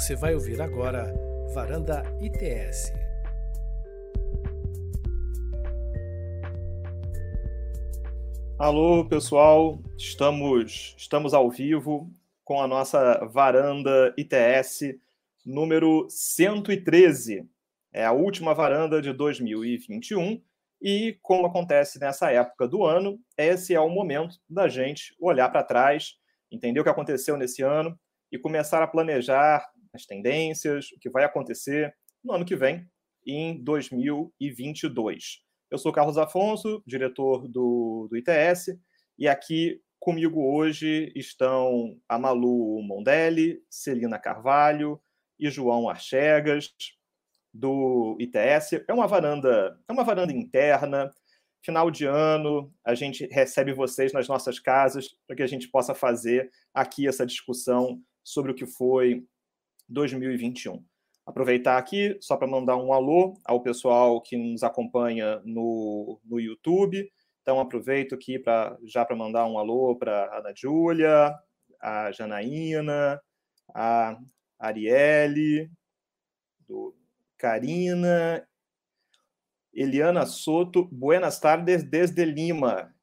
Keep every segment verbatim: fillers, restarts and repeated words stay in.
Você vai ouvir agora Varanda I T S. Alô, pessoal, estamos, estamos ao vivo com a nossa Varanda I T S número cento e treze. É a última varanda de dois mil e vinte e um e, como acontece nessa época do ano, esse é o momento da gente olhar para trás, entender o que aconteceu nesse ano e começar a planejar as tendências, o que vai acontecer no ano que vem, em dois mil e vinte e dois. Eu sou Carlos Afonso, diretor do, do I T S, e aqui comigo hoje estão a Malu Mondelli, Celina Carvalho e João Archegas, do I T S. É uma varanda, é uma varanda interna. Final de ano, a gente recebe vocês nas nossas casas para que a gente possa fazer aqui essa discussão sobre o que foi dois mil e vinte e um. Aproveitar aqui só para mandar um alô ao pessoal que nos acompanha no, no YouTube. Então, aproveito aqui pra, já para mandar um alô para a Ana Júlia, a Janaína, a Arielle, do Karina, Eliana Soto. Buenas tardes desde Lima.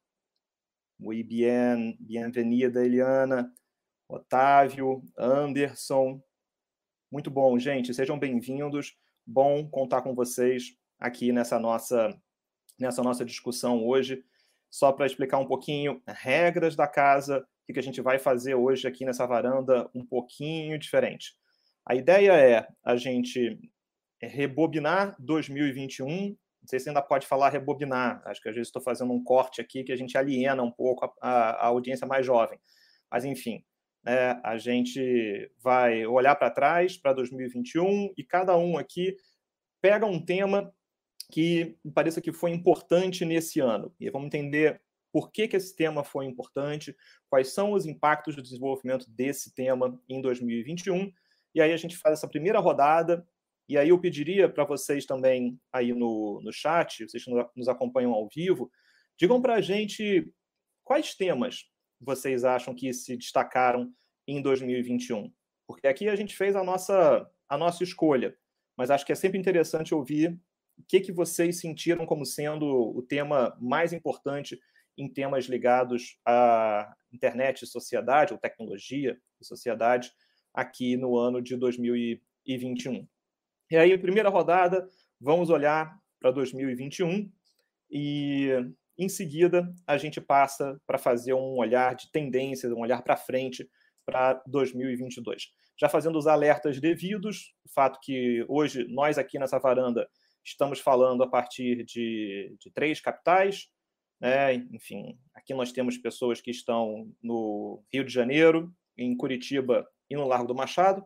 Muy bien, bienvenida, Eliana. Otávio, Anderson. Muito bom, gente. Sejam bem-vindos. Bom contar com vocês aqui nessa nossa, nessa nossa discussão hoje. Só para explicar um pouquinho regras da casa, o que a gente vai fazer hoje aqui nessa varanda um pouquinho diferente. A ideia é a gente rebobinar dois mil e vinte e um. Não sei se ainda pode falar rebobinar. Acho que às vezes estou fazendo um corte aqui que a gente aliena um pouco a, a, a audiência mais jovem. Mas, enfim, é, a gente vai olhar para trás, para dois mil e vinte e um, e cada um aqui pega um tema que pareça que foi importante nesse ano. E vamos entender por que, que esse tema foi importante, quais são os impactos do desenvolvimento desse tema em dois mil e vinte e um. E aí a gente faz essa primeira rodada. E aí eu pediria para vocês também aí no, no chat, vocês que nos acompanham ao vivo, digam para a gente quais temas vocês acham que se destacaram em dois mil e vinte e um. Porque aqui a gente fez a nossa, a nossa escolha, mas acho que é sempre interessante ouvir o que, que vocês sentiram como sendo o tema mais importante em temas ligados à internet e sociedade, ou tecnologia e sociedade, aqui no ano de dois mil e vinte e um. E aí, primeira rodada, vamos olhar para dois mil e vinte e um e, em seguida, a gente passa para fazer um olhar de tendências, um olhar para frente para dois mil e vinte e dois. Já fazendo os alertas devidos, o fato que hoje nós aqui nessa varanda estamos falando a partir de, de três capitais, né? Enfim, aqui nós temos pessoas que estão no Rio de Janeiro, em Curitiba e no Largo do Machado,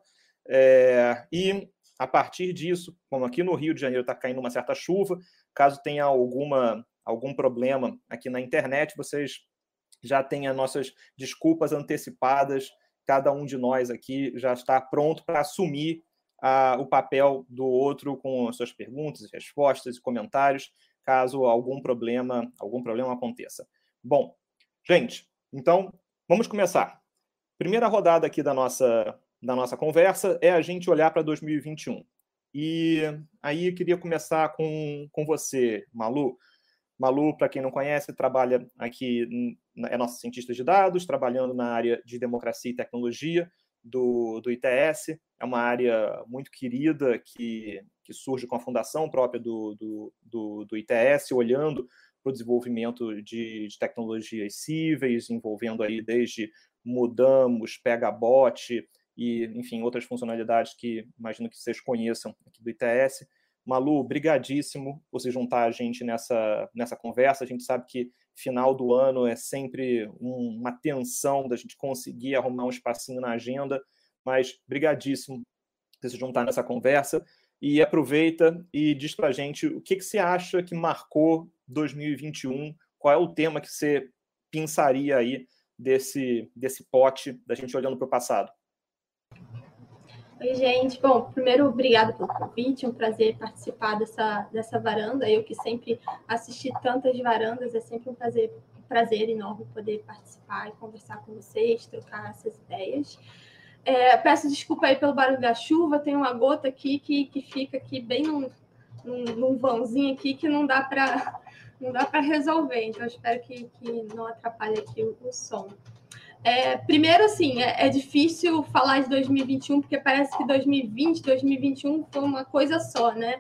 é, e a partir disso, como aqui no Rio de Janeiro está caindo uma certa chuva, caso tenha alguma, algum problema aqui na internet, vocês já têm as nossas desculpas antecipadas. Cada um de nós aqui já está pronto para assumir ah, o papel do outro com suas perguntas, respostas e comentários, caso algum problema, algum problema aconteça. Bom, gente, então vamos começar. Primeira rodada aqui da nossa da nossa conversa é a gente olhar para dois mil e vinte e um. E aí eu queria começar com, com você, Malu. Malu, para quem não conhece, trabalha aqui, é nossa cientista de dados, trabalhando na área de democracia e tecnologia do, do I T S. É uma área muito querida que, que surge com a fundação própria do, do, do, do I T S, olhando para o desenvolvimento de, de tecnologias cíveis, envolvendo aí desde Mudamos, Pegabot, e, enfim, outras funcionalidades que imagino que vocês conheçam aqui do I T S. Malu, brigadíssimo por se juntar a gente nessa, nessa conversa. A gente sabe que final do ano é sempre um, uma tensão da gente conseguir arrumar um espacinho na agenda, mas brigadíssimo por se juntar nessa conversa. E aproveita e diz para a gente o que, que você acha que marcou dois mil e vinte e um, qual é o tema que você pensaria aí desse, desse pote da gente olhando para o passado. Oi, gente. Bom, primeiro, obrigada pelo convite. É um prazer participar dessa, dessa varanda. Eu que sempre assisti tantas varandas, é sempre um prazer, um prazer enorme poder participar e conversar com vocês, trocar essas ideias. É, peço desculpa aí pelo barulho da chuva, tem uma gota aqui que, que fica aqui bem num, num, num vãozinho aqui que não dá para não dá para resolver, então espero que, que não atrapalhe aqui o, o som. É, primeiro, assim, é, é difícil falar de dois mil e vinte e um, porque parece que dois mil e vinte, dois mil e vinte e um foi uma coisa só, né?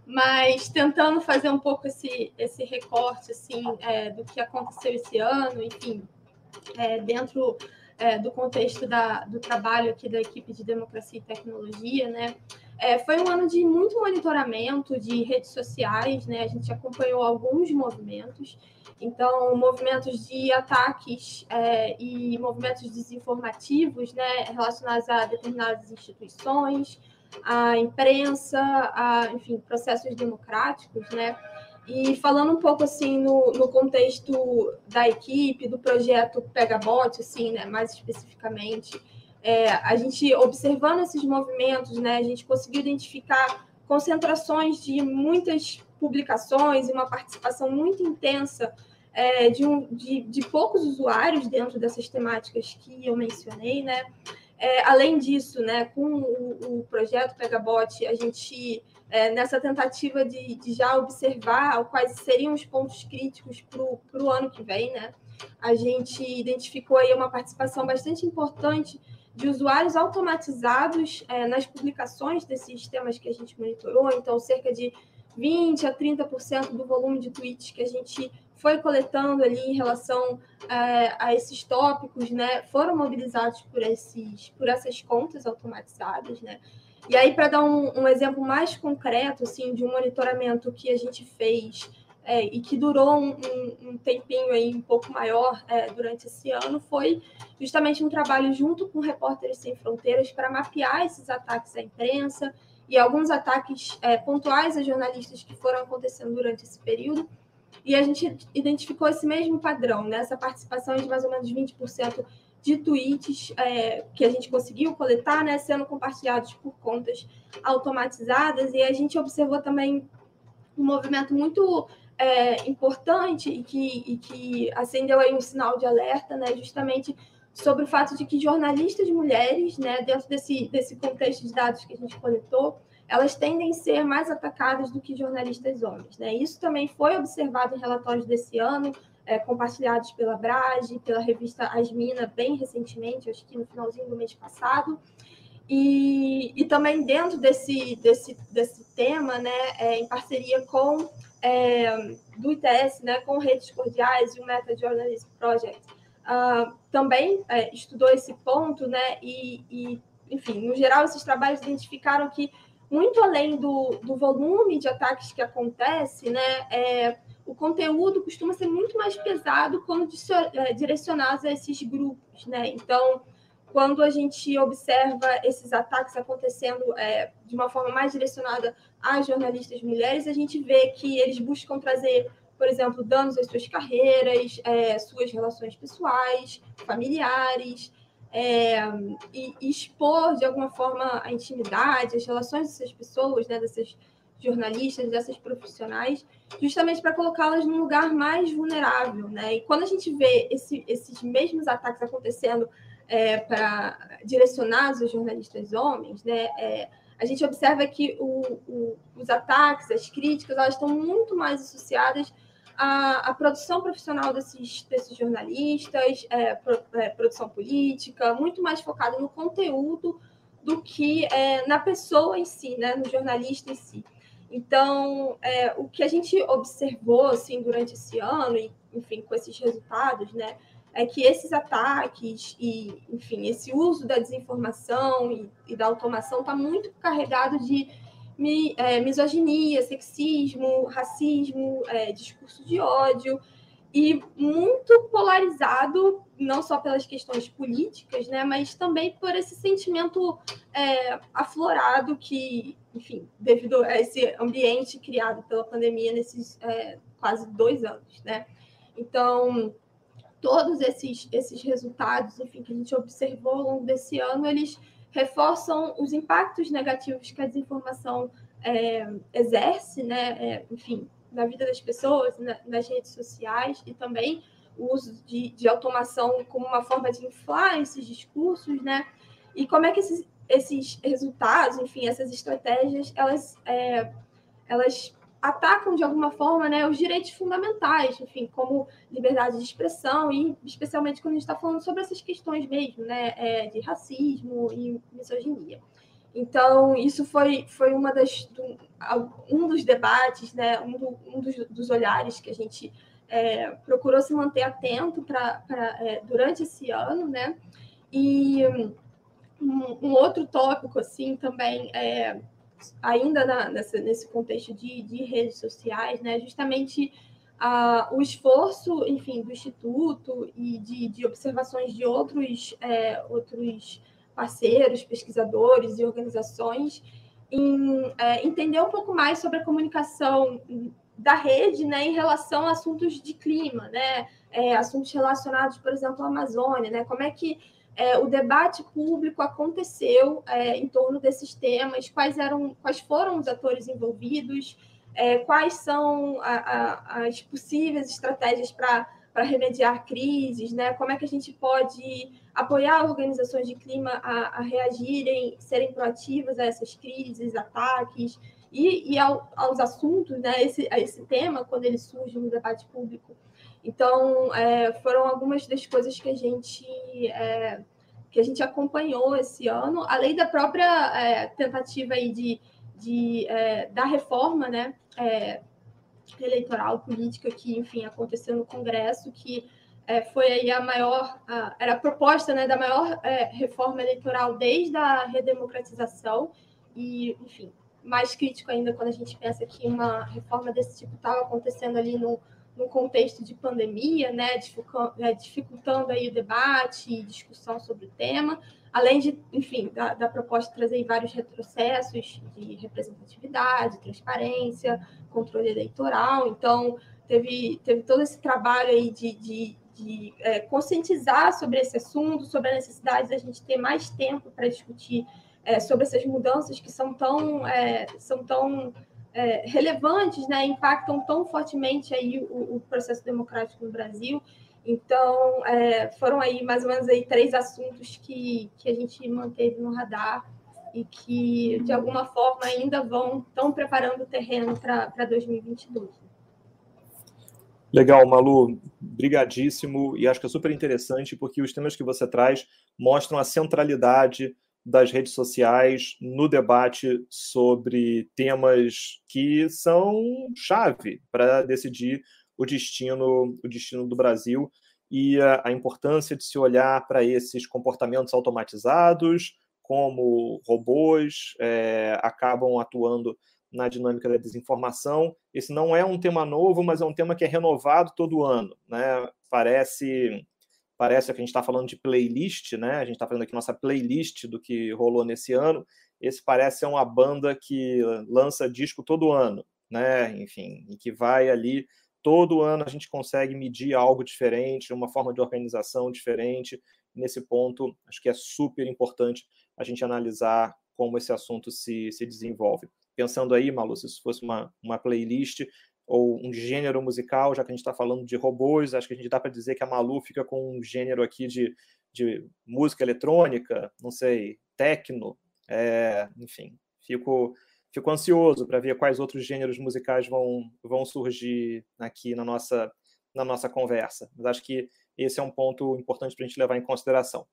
Mas tentando fazer um pouco esse, esse recorte, assim, é, do que aconteceu esse ano, enfim, é, dentro é, do contexto da, do trabalho aqui da equipe de Democracia e Tecnologia, né? É, foi um ano de muito monitoramento de redes sociais, né? A gente acompanhou alguns movimentos, então movimentos de ataques é, e movimentos desinformativos, né? Relacionados a determinadas instituições, a imprensa, a, enfim, processos democráticos, né? E falando um pouco assim no, no contexto da equipe, do projeto Pegabot, assim, né, mais especificamente, é, a gente observando esses movimentos, né, a gente conseguiu identificar concentrações de muitas publicações e uma participação muito intensa é, de, um, de, de poucos usuários dentro dessas temáticas que eu mencionei, né? É, além disso, né, com o, o projeto Pegabot, a gente É, nessa tentativa de, de já observar quais seriam os pontos críticos para o ano que vem, né? A gente identificou aí uma participação bastante importante de usuários automatizados é, nas publicações desses temas que a gente monitorou, então cerca de vinte a trinta por cento do volume de tweets que a gente foi coletando ali em relação é, a esses tópicos, né, foram mobilizados por, esses, por essas contas automatizadas, né? E aí, para dar um, um exemplo mais concreto, assim, de um monitoramento que a gente fez é, e que durou um, um, um tempinho aí um pouco maior é, durante esse ano, foi justamente um trabalho junto com Repórteres Sem Fronteiras para mapear esses ataques à imprensa e alguns ataques é, pontuais a jornalistas que foram acontecendo durante esse período. E a gente identificou esse mesmo padrão, né? Essa participação de mais ou menos vinte por cento de tweets é, que a gente conseguiu coletar, né, sendo compartilhados por contas automatizadas, e a gente observou também um movimento muito é, importante e que, e que acendeu aí um sinal de alerta, né, justamente sobre o fato de que jornalistas mulheres, né, dentro desse, desse contexto de dados que a gente coletou, elas tendem a ser mais atacadas do que jornalistas homens, né? Isso também foi observado em relatórios desse ano, É, compartilhados pela Brage, pela revista Asmina, bem recentemente, acho que no finalzinho do mês passado. E, e também dentro desse, desse, desse tema, né, é, em parceria com é, do I T S, né, com Redes Cordiais e o Meta Journalism Project, uh, também é, estudou esse ponto, né, e, e, enfim, no geral, esses trabalhos identificaram que, muito além do, do volume de ataques que acontece, né, é, o conteúdo costuma ser muito mais pesado quando direcionados a esses grupos, né? Então, quando a gente observa esses ataques acontecendo é, de uma forma mais direcionada às jornalistas mulheres, a gente vê que eles buscam trazer, por exemplo, danos às suas carreiras, é, suas relações pessoais, familiares, é, e, e expor, de alguma forma, a intimidade, as relações dessas pessoas, né, dessas jornalistas, dessas profissionais, justamente para colocá-las num lugar mais vulnerável, né? E quando a gente vê esse, esses mesmos ataques acontecendo é, para direcionados aos jornalistas homens, né? É, a gente observa que o, o, os ataques, as críticas, elas estão muito mais associadas à, à produção profissional desses, desses jornalistas, é, pro, é, produção política, muito mais focada no conteúdo do que é, na pessoa em si, né? No jornalista em si. Então, é, o que a gente observou assim, durante esse ano, e, enfim, com esses resultados, né, é que esses ataques e, enfim, esse uso da desinformação e, e da automação está muito carregado de mi, é, misoginia, sexismo, racismo, é, discurso de ódio, e muito polarizado, não só pelas questões políticas, né, mas também por esse sentimento é, aflorado que, enfim, devido a esse ambiente criado pela pandemia nesses é, quase dois anos, né? Então, todos esses, esses resultados, enfim, que a gente observou ao longo desse ano, eles reforçam os impactos negativos que a desinformação é, exerce, né? É, enfim, na vida das pessoas, na, nas redes sociais, e também o uso de, de automação como uma forma de inflar esses discursos, né? e como é que esses, esses resultados, enfim, essas estratégias, elas, é, elas atacam, de alguma forma, né, os direitos fundamentais, enfim, como liberdade de expressão, e especialmente quando a gente está falando sobre essas questões mesmo, né, é, de racismo e misoginia. Então, isso foi, foi uma das, um dos debates, né, um, do, um dos, dos olhares que a gente é, procurou se manter atento pra, pra, é, durante esse ano, né? E um, um outro tópico, assim, também, é, ainda na, nessa, nesse contexto de, de redes sociais, né, justamente ah, o esforço, enfim, do Instituto e de, de observações de outros, é, outros parceiros, pesquisadores e organizações em é, entender um pouco mais sobre a comunicação da rede, né, em relação a assuntos de clima, né, é, assuntos relacionados, por exemplo, à Amazônia, né, como é que é, o debate público aconteceu é, em torno desses temas, quais eram, quais foram os atores envolvidos, é, quais são a, a, as possíveis estratégias para para remediar crises, né? Como é que a gente pode apoiar organizações de clima a, a reagirem, serem proativas a essas crises, ataques, e, e ao, aos assuntos, né? Esse, a esse tema, quando ele surge no debate público. Então, é, foram algumas das coisas que a gente, é, que a gente acompanhou esse ano, além da própria é, tentativa aí de, de, é, da reforma, né? É, eleitoral, política, que, enfim, aconteceu no Congresso, que é, foi aí a maior, a, era a proposta, né, da maior é, reforma eleitoral desde a redemocratização, e, enfim, mais crítico ainda quando a gente pensa que uma reforma desse tipo estava acontecendo ali no, no contexto de pandemia, né, dificultando, dificultando aí o debate e discussão sobre o tema, além de, enfim, da, da proposta de trazer vários retrocessos de representatividade, transparência, controle eleitoral. Então, teve, teve todo esse trabalho aí de, de, de é, conscientizar sobre esse assunto, sobre a necessidade da gente ter mais tempo para discutir é, sobre essas mudanças que são tão, é, são tão é, relevantes, né, impactam tão fortemente aí o, o processo democrático no Brasil. Então, é, foram aí mais ou menos aí três assuntos que, que a gente manteve no radar e que, de alguma forma, ainda vão estão preparando o terreno para dois mil e vinte e dois. Legal, Malu, brigadíssimo, e acho que é super interessante porque os temas que você traz mostram a centralidade das redes sociais no debate sobre temas que são chave para decidir o destino, o destino do Brasil e a, a importância de se olhar para esses comportamentos automatizados, como robôs é, acabam atuando na dinâmica da desinformação. Esse não é um tema novo, mas é um tema que é renovado todo ano, né? Parece, parece que a gente está falando de playlist, né? A gente está falando aqui nossa playlist do que rolou nesse ano. Esse parece ser uma banda que lança disco todo ano, né? Enfim, e que vai ali todo ano a gente consegue medir algo diferente, uma forma de organização diferente. Nesse ponto, acho que é super importante a gente analisar como esse assunto se, se desenvolve. Pensando aí, Malu, se isso fosse uma, uma playlist ou um gênero musical, já que a gente está falando de robôs, acho que a gente dá para dizer que a Malu fica com um gênero aqui de, de música eletrônica, não sei, techno, é, enfim, fico, fico ansioso para ver quais outros gêneros musicais vão, vão surgir aqui na nossa, na nossa conversa. Mas acho que esse é um ponto importante para a gente levar em consideração.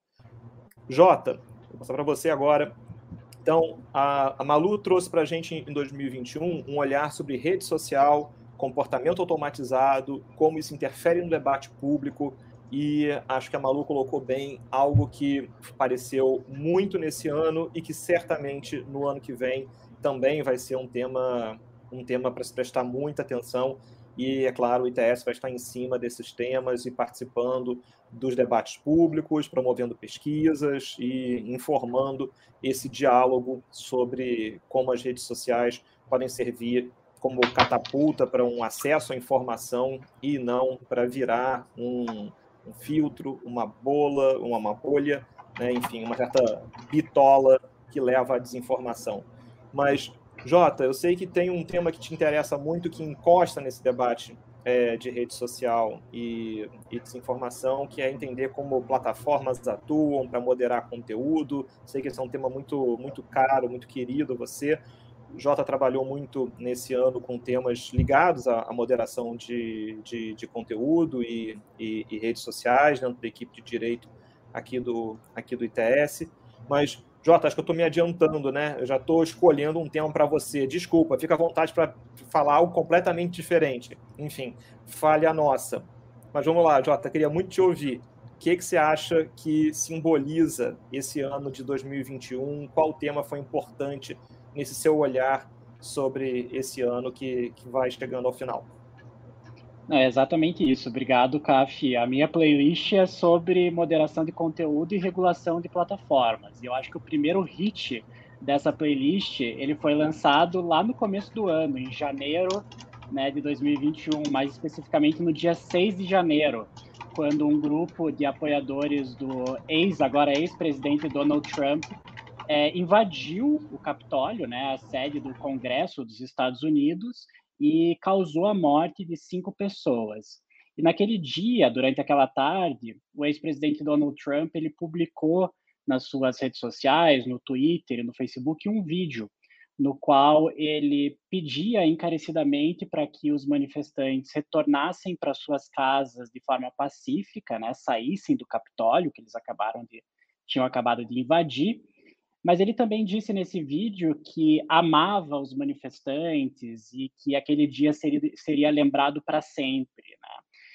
Jota, vou passar para você agora. Então, a, a Malu trouxe para a gente em dois mil e vinte e um um olhar sobre rede social, comportamento automatizado, como isso interfere no debate público, e acho que a Malu colocou bem algo que apareceu muito nesse ano e que certamente no ano que vem também vai ser um tema, um tema para se prestar muita atenção. E, é claro, o I T S vai estar em cima desses temas e participando dos debates públicos, promovendo pesquisas e informando esse diálogo sobre como as redes sociais podem servir como catapulta para um acesso à informação e não para virar um, um filtro, uma bola, uma, uma bolha, né? Enfim, uma certa bitola que leva à desinformação. Mas, Jota, eu sei que tem um tema que te interessa muito, que encosta nesse debate é, de rede social e, e desinformação, que é entender como plataformas atuam para moderar conteúdo. Sei que esse é um tema muito, muito caro, muito querido a você. O Jota trabalhou muito nesse ano com temas ligados à, à moderação de, de, de conteúdo e, e, e redes sociais dentro da equipe de direito aqui do, aqui do I T S. Mas, Jota, acho que eu estou me adiantando, né? Eu já estou escolhendo um tema para você. Desculpa, fica à vontade para falar algo completamente diferente. Enfim, falha nossa. Mas vamos lá, Jota, queria muito te ouvir. O que, que você acha que simboliza esse ano de dois mil e vinte e um? Qual tema foi importante nesse seu olhar sobre esse ano que, que vai chegando ao final? É exatamente isso. Obrigado, Caf. A minha playlist é sobre moderação de conteúdo e regulação de plataformas. E eu acho que o primeiro hit dessa playlist, ele foi lançado lá no começo do ano, em janeiro, né, de dois mil e vinte e um, mais especificamente no dia seis de janeiro, quando um grupo de apoiadores do ex, agora ex-presidente Donald Trump, é, invadiu o Capitólio, né, a sede do Congresso dos Estados Unidos, e causou a morte de cinco pessoas. E naquele dia, durante aquela tarde, o ex-presidente Donald Trump ele publicou nas suas redes sociais, no Twitter e no Facebook, um vídeo no qual ele pedia encarecidamente para que os manifestantes retornassem para suas casas de forma pacífica, né, saíssem do Capitólio, que eles acabaram de, tinham acabado de invadir. Mas ele também disse nesse vídeo que amava os manifestantes e que aquele dia seria, seria lembrado para sempre, né?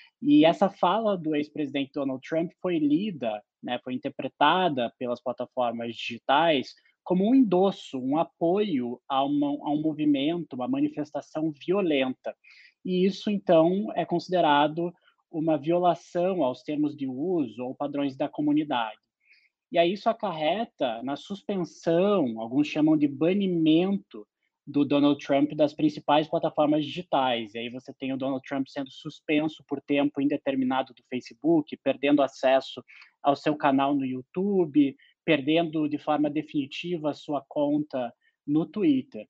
E essa fala do ex-presidente Donald Trump foi lida, né, foi interpretada pelas plataformas digitais como um endosso, um apoio a, uma, a um movimento, uma manifestação violenta. E isso, então, é considerado uma violação aos termos de uso ou padrões da comunidade. E aí isso acarreta na suspensão, alguns chamam de banimento do Donald Trump das principais plataformas digitais. E aí você tem o Donald Trump sendo suspenso por tempo indeterminado do Facebook, perdendo acesso ao seu canal no YouTube, perdendo de forma definitiva a sua conta no Twitter.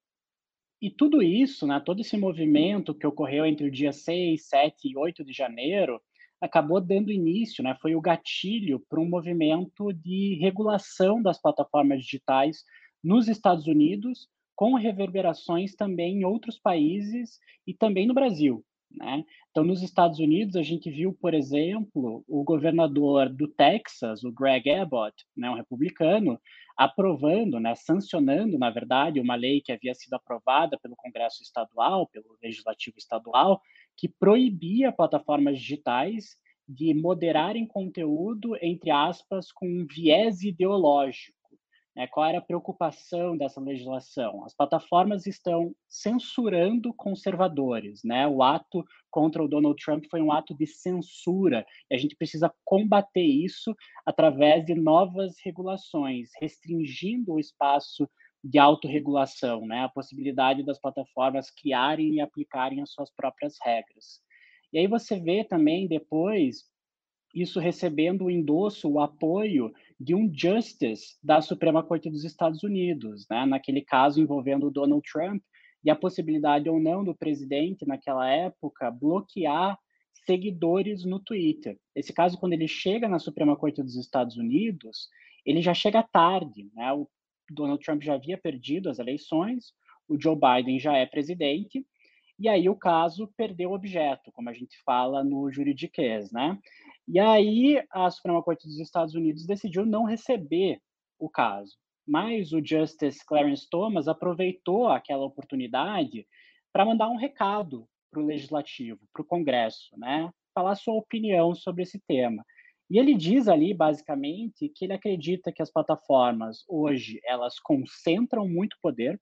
E tudo isso, né, todo esse movimento que ocorreu entre o dia seis, sete e oito de janeiro, acabou dando início, né, foi o gatilho para um movimento de regulação das plataformas digitais nos Estados Unidos, com reverberações também em outros países e também no Brasil, né? Então, nos Estados Unidos, a gente viu, por exemplo, o governador do Texas, o Greg Abbott, né, um republicano, aprovando, né, sancionando, na verdade, uma lei que havia sido aprovada pelo Congresso Estadual, pelo Legislativo Estadual, que proibia plataformas digitais de moderarem conteúdo, entre aspas, com um viés ideológico. Né? Qual era a preocupação dessa legislação? As plataformas estão censurando conservadores. Né? O ato contra o Donald Trump foi um ato de censura, e a gente precisa combater isso através de novas regulações, restringindo o espaço de autorregulação, né? A possibilidade das plataformas criarem e aplicarem as suas próprias regras. E aí você vê também depois isso recebendo o endosso, o apoio de um justice da Suprema Corte dos Estados Unidos, né? Naquele caso envolvendo o Donald Trump, e a possibilidade ou não do presidente, naquela época, bloquear seguidores no Twitter. Esse caso, quando ele chega na Suprema Corte dos Estados Unidos, ele já chega tarde, né? O Donald Trump já havia perdido as eleições, o Joe Biden já é presidente, e aí o caso perdeu objeto, como a gente fala no juridiquês, né? E aí a Suprema Corte dos Estados Unidos decidiu não receber o caso. Mas o Justice Clarence Thomas aproveitou aquela oportunidade para mandar um recado para o Legislativo, para o Congresso, né? Falar sua opinião sobre esse tema. E ele diz ali, basicamente, que ele acredita que as plataformas, hoje, elas concentram muito poder,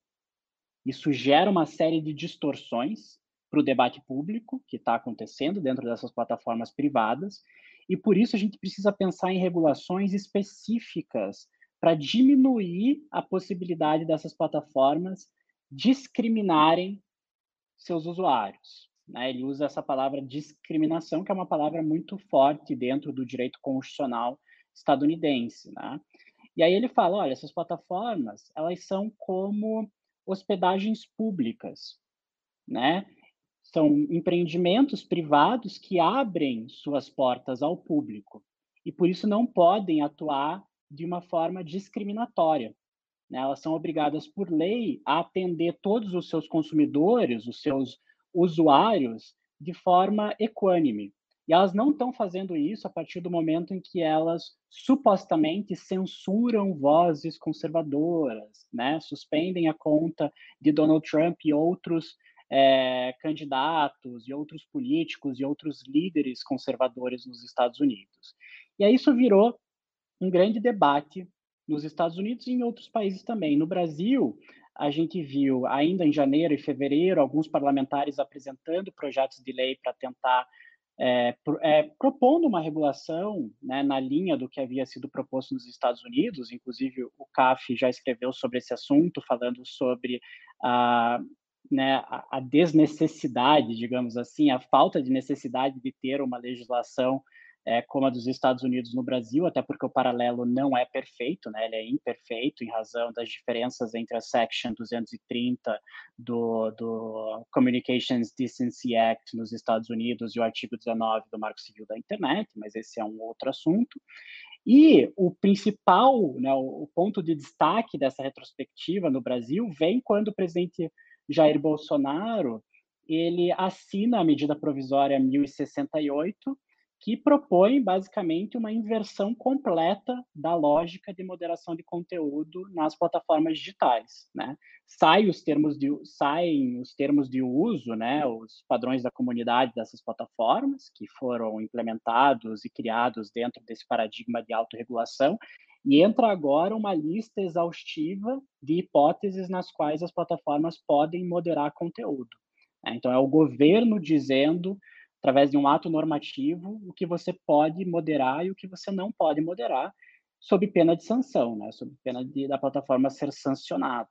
isso gera uma série de distorções para o debate público que está acontecendo dentro dessas plataformas privadas, e por isso a gente precisa pensar em regulações específicas para diminuir a possibilidade dessas plataformas discriminarem seus usuários. Né? Ele usa essa palavra discriminação, que é uma palavra muito forte dentro do direito constitucional estadunidense. Né? E aí ele fala, olha, essas plataformas, elas são como hospedagens públicas, né? são empreendimentos privados que abrem suas portas ao público e, por isso, não podem atuar de uma forma discriminatória, né? Elas são obrigadas, por lei, a atender todos os seus consumidores, os seus usuários, de forma equânime. E elas não estão fazendo isso a partir do momento em que elas supostamente censuram vozes conservadoras, né? Suspendem a conta de Donald Trump e outros é, candidatos e outros políticos e outros líderes conservadores nos Estados Unidos. E aí isso virou um grande debate nos Estados Unidos e em outros países também. No Brasil, a gente viu, ainda em janeiro e fevereiro, alguns parlamentares apresentando projetos de lei para tentar, é, pro, é, propondo uma regulação, né, na linha do que havia sido proposto nos Estados Unidos. Inclusive, o C A F já escreveu sobre esse assunto, falando sobre a, né, a, a desnecessidade, digamos assim, a falta de necessidade de ter uma legislação É, como a dos Estados Unidos no Brasil, até porque o paralelo não é perfeito, né? Ele é imperfeito em razão das diferenças entre a Section duzentos e trinta do, do Communications Decency Act nos Estados Unidos e o artigo dezenove do Marco Civil da Internet, mas esse é um outro assunto. E o principal, né, o, o ponto de destaque dessa retrospectiva no Brasil vem quando o presidente Jair Bolsonaro ele assina a medida provisória mil e sessenta e oito, que propõe, basicamente, uma inversão completa da lógica de moderação de conteúdo nas plataformas digitais, né? Sai os termos de, saem os termos de uso, né, os padrões da comunidade dessas plataformas, que foram implementados e criados dentro desse paradigma de autorregulação, e entra agora uma lista exaustiva de hipóteses nas quais as plataformas podem moderar conteúdo. Então, é o governo dizendo, através de um ato normativo, o que você pode moderar e o que você não pode moderar, sob pena de sanção, né? Sob pena de, da plataforma ser sancionada.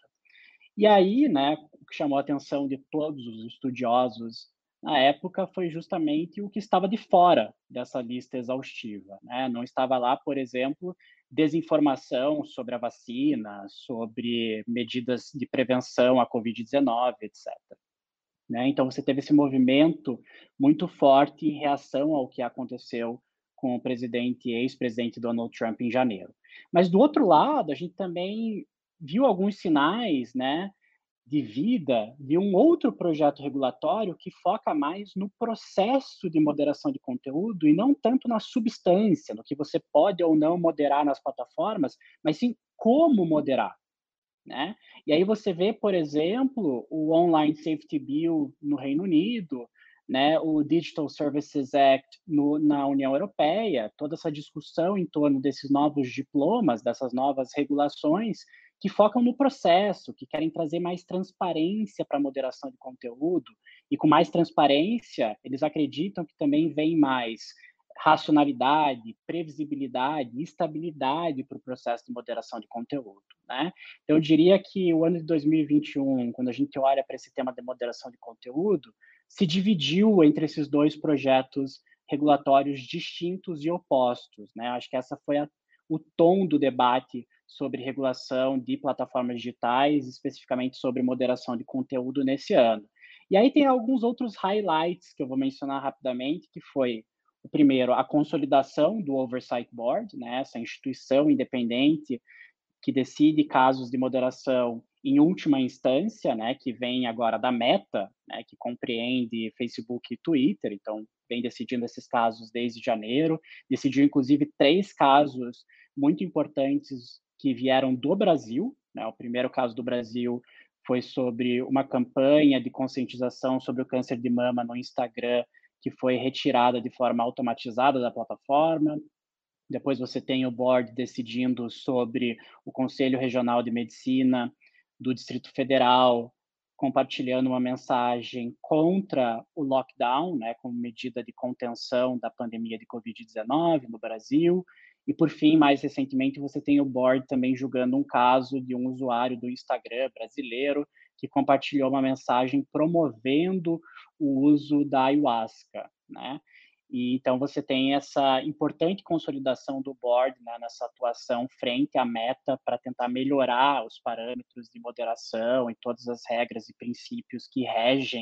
E aí, né, o que chamou a atenção de todos os estudiosos na época foi justamente o que estava de fora dessa lista exaustiva, né? Não estava lá, por exemplo, desinformação sobre a vacina, sobre medidas de prevenção à covid dezenove, etcétera. Né? Então, você teve esse movimento muito forte em reação ao que aconteceu com o presidente, ex-presidente Donald Trump em janeiro. Mas, do outro lado, a gente também viu alguns sinais, né, de vida de um outro projeto regulatório que foca mais no processo de moderação de conteúdo e não tanto na substância, no que você pode ou não moderar nas plataformas, mas sim como moderar. Né? E aí você vê, por exemplo, o Online Safety Bill no Reino Unido, né, o Digital Services Act no, na União Europeia, toda essa discussão em torno desses novos diplomas, dessas novas regulações, que focam no processo, que querem trazer mais transparência para a moderação de conteúdo, e com mais transparência, eles acreditam que também vem mais racionalidade, previsibilidade, estabilidade para o processo de moderação de conteúdo, né? Então, eu diria que o ano de dois mil e vinte e um, quando a gente olha para esse tema de moderação de conteúdo, se dividiu entre esses dois projetos regulatórios distintos e opostos, né? Acho que essa foi a, o tom do debate sobre regulação de plataformas digitais, especificamente sobre moderação de conteúdo nesse ano. E aí tem alguns outros highlights que eu vou mencionar rapidamente, que foi o primeiro, a consolidação do Oversight Board, né, essa instituição independente que decide casos de moderação em última instância, né, que vem agora da Meta, né, que compreende Facebook e Twitter, então vem decidindo esses casos desde janeiro, decidiu inclusive três casos muito importantes que vieram do Brasil, né, o primeiro caso do Brasil foi sobre uma campanha de conscientização sobre o câncer de mama no Instagram, que foi retirada de forma automatizada da plataforma. Depois você tem o board decidindo sobre o Conselho Regional de Medicina do Distrito Federal, compartilhando uma mensagem contra o lockdown, né, como medida de contenção da pandemia de covid dezenove no Brasil. E, por fim, mais recentemente, você tem o board também julgando um caso de um usuário do Instagram brasileiro que compartilhou uma mensagem promovendo o uso da ayahuasca, né? E, então, você tem essa importante consolidação do board, né, nessa atuação frente à Meta para tentar melhorar os parâmetros de moderação e todas as regras e princípios que regem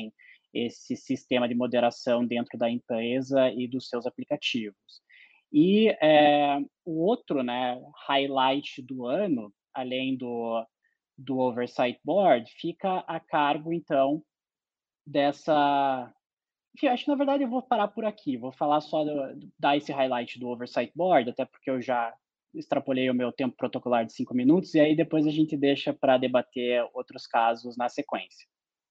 esse sistema de moderação dentro da empresa e dos seus aplicativos. E é, o outro, né, highlight do ano, além do, do Oversight Board, fica a cargo, então, dessa... Enfim, acho que, na verdade, eu vou parar por aqui. Vou falar só, do, dar esse highlight do Oversight Board, até porque eu já extrapolei o meu tempo protocolar de cinco minutos, e aí depois a gente deixa para debater outros casos na sequência.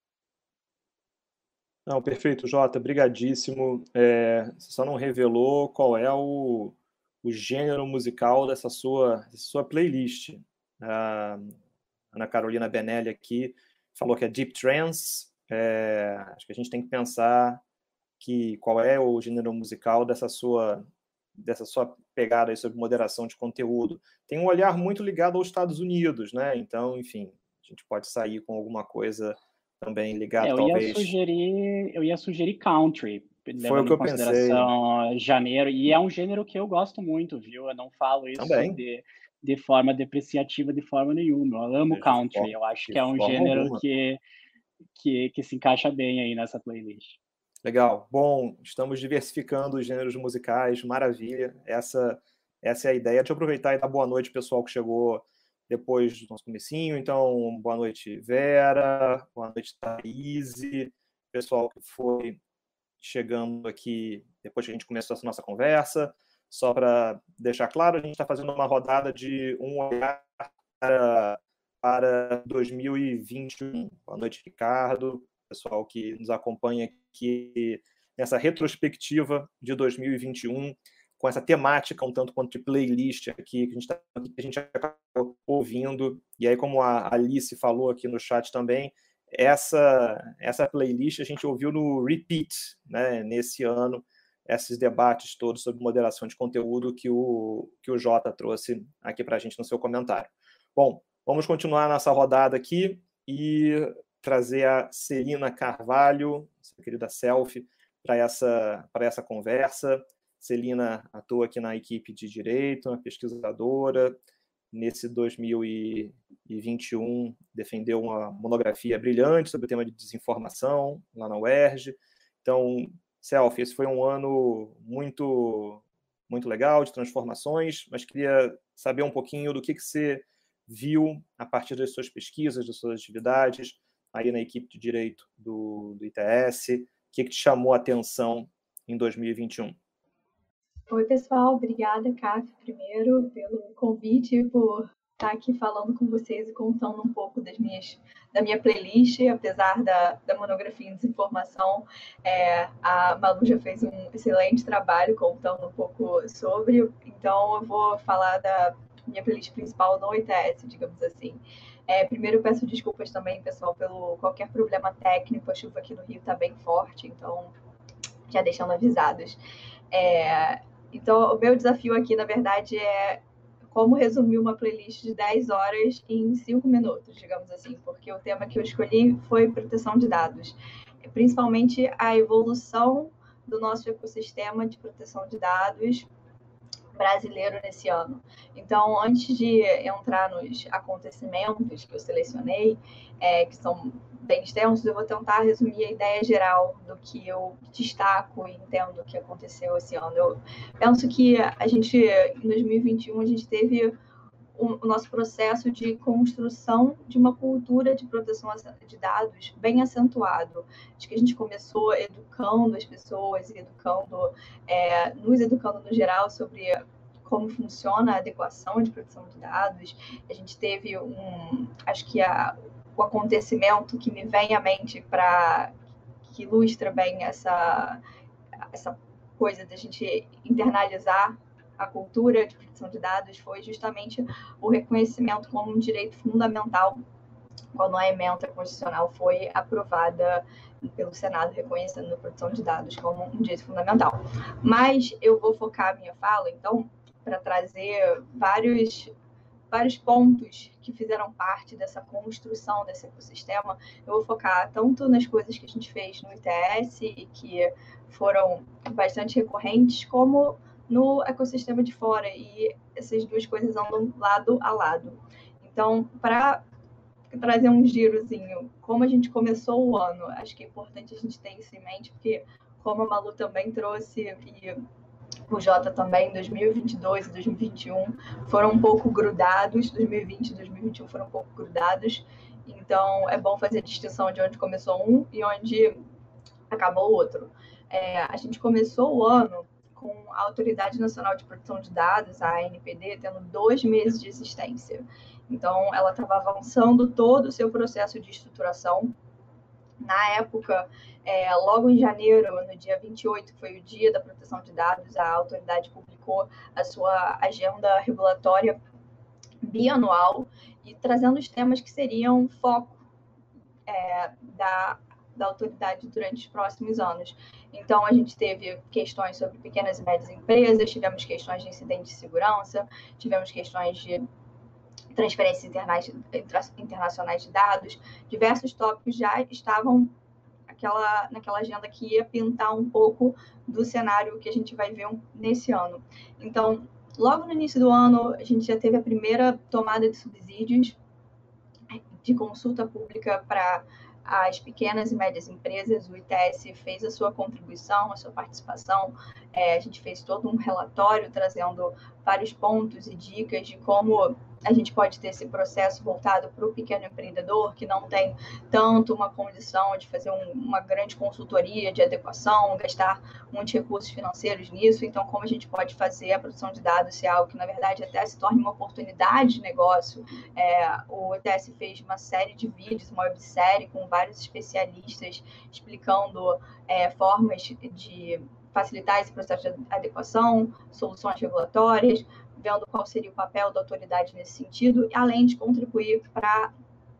Não, perfeito, Jota, brigadíssimo. É, você só não revelou qual é o, o gênero musical dessa sua, dessa sua playlist. A Ana Carolina Benelli aqui falou que é Deep Trance. É, acho que a gente tem que pensar que qual é o gênero musical dessa sua, dessa sua pegada aí sobre moderação de conteúdo. Tem um olhar muito ligado aos Estados Unidos, né? Então, enfim, a gente pode sair com alguma coisa também ligada, é, eu talvez... Ia sugerir, eu ia sugerir country, Foi o que eu pensei. Consideração janeiro, e é um gênero que eu gosto muito, viu? Eu não falo isso de, de forma depreciativa de forma nenhuma. Eu amo de country, forma, eu acho que é um gênero que, que, que se encaixa bem aí nessa playlist. Legal. Bom, estamos diversificando os gêneros musicais, maravilha. Essa, essa é a ideia. Deixa eu aproveitar e dar boa noite, pessoal que chegou depois do nosso comecinho. Então, boa noite, Vera, boa noite, Thaís, pessoal que foi chegando aqui depois que a gente começou essa nossa conversa. Só para deixar claro, a gente está fazendo uma rodada de um olhar para, para dois mil e vinte e um. Boa noite, Ricardo, pessoal que nos acompanha aqui nessa retrospectiva de dois mil e vinte e um, com essa temática um tanto quanto de playlist aqui, que a gente, tá, que a gente acabou ouvindo. E aí, como a Alice falou aqui no chat também, essa, essa playlist a gente ouviu no repeat, né, nesse ano, esses debates todos sobre moderação de conteúdo que o, que o Jota trouxe aqui para a gente no seu comentário. Bom, vamos continuar nossa rodada aqui e trazer a Celina Carvalho, essa querida Selfie, para essa, para essa conversa. Celina atua aqui na equipe de Direito, uma pesquisadora. Nesse dois mil e vinte e um, defendeu uma monografia brilhante sobre o tema de desinformação, lá na U E R J. Então, Selfie, esse foi um ano muito, muito legal, de transformações, mas queria saber um pouquinho do que, que você viu a partir das suas pesquisas, das suas atividades, aí na equipe de Direito do, do I T S. O que, que te chamou a atenção em dois mil e vinte e um? Oi, pessoal. Obrigada, C A F, primeiro, pelo convite, por estar aqui falando com vocês e contando um pouco das minhas, da minha playlist. Apesar da, da monografia em desinformação, é, a Malu já fez um excelente trabalho contando um pouco sobre. Então, eu vou falar da minha playlist principal no I T S, digamos assim. É, primeiro, eu peço desculpas também, pessoal, pelo qualquer problema técnico. A chuva aqui no Rio está bem forte, então, já deixando avisados. É, então, o meu desafio aqui, na verdade, é como resumir uma playlist de dez horas em cinco minutos, digamos assim, porque o tema que eu escolhi foi proteção de dados, principalmente a evolução do nosso ecossistema de proteção de dados brasileiro nesse ano. Então, antes de entrar nos acontecimentos que eu selecionei, é, que são bem extensos, eu vou tentar resumir a ideia geral do que eu destaco e entendo que aconteceu esse ano. Eu penso que a gente, em dois mil e vinte e um, a gente teve um, o nosso processo de construção de uma cultura de proteção de dados bem acentuado. Acho que a gente começou educando as pessoas, educando, é, nos educando no geral sobre como funciona a adequação de proteção de dados. A gente teve um, acho que a, o acontecimento que me vem à mente para que ilustra bem essa, essa coisa de a gente internalizar a cultura de proteção de dados foi justamente o reconhecimento como um direito fundamental quando a emenda constitucional foi aprovada pelo Senado, reconhecendo a proteção de dados como um direito fundamental. Mas eu vou focar a minha fala, então, para trazer vários, vários pontos que fizeram parte dessa construção desse ecossistema. Eu vou focar tanto nas coisas que a gente fez no I T S e que foram bastante recorrentes, como no ecossistema de fora, e essas duas coisas andam lado a lado. Então, para trazer um girozinho, como a gente começou o ano. Acho que é importante a gente ter isso em mente, porque como a Malu também trouxe, e o Jota também, dois mil e vinte e dois e dois mil e vinte e um foram um pouco grudados, dois mil e vinte e dois mil e vinte e um foram um pouco grudados, então é bom fazer a distinção de onde começou um e onde acabou o outro. É, a gente começou o ano com a Autoridade Nacional de Proteção de Dados, a A N P D, tendo dois meses de existência. Então, ela estava avançando todo o seu processo de estruturação. Na época, é, logo em janeiro, no dia vinte e oito, que foi o dia da proteção de dados, a autoridade publicou a sua agenda regulatória bianual e trazendo os temas que seriam foco é, da, da autoridade durante os próximos anos. Então, a gente teve questões sobre pequenas e médias empresas, tivemos questões de incidente de segurança, tivemos questões de transferências internacionais de dados, diversos tópicos já estavam naquela, naquela agenda que ia pintar um pouco do cenário que a gente vai ver nesse ano. Então, logo no início do ano, a gente já teve a primeira tomada de subsídios de consulta pública para as pequenas e médias empresas. O I T S fez a sua contribuição, a sua participação. É, a gente fez todo um relatório trazendo vários pontos e dicas de como a gente pode ter esse processo voltado para o pequeno empreendedor, que não tem tanto uma condição de fazer um, uma grande consultoria de adequação, gastar muitos recursos financeiros nisso. Então, como a gente pode fazer a produção de dados ser algo que, na verdade, até se torne uma oportunidade de negócio. É, o I T S fez uma série de vídeos, uma websérie com vários especialistas explicando é, formas de facilitar esse processo de adequação, soluções regulatórias, vendo qual seria o papel da autoridade nesse sentido, além de contribuir para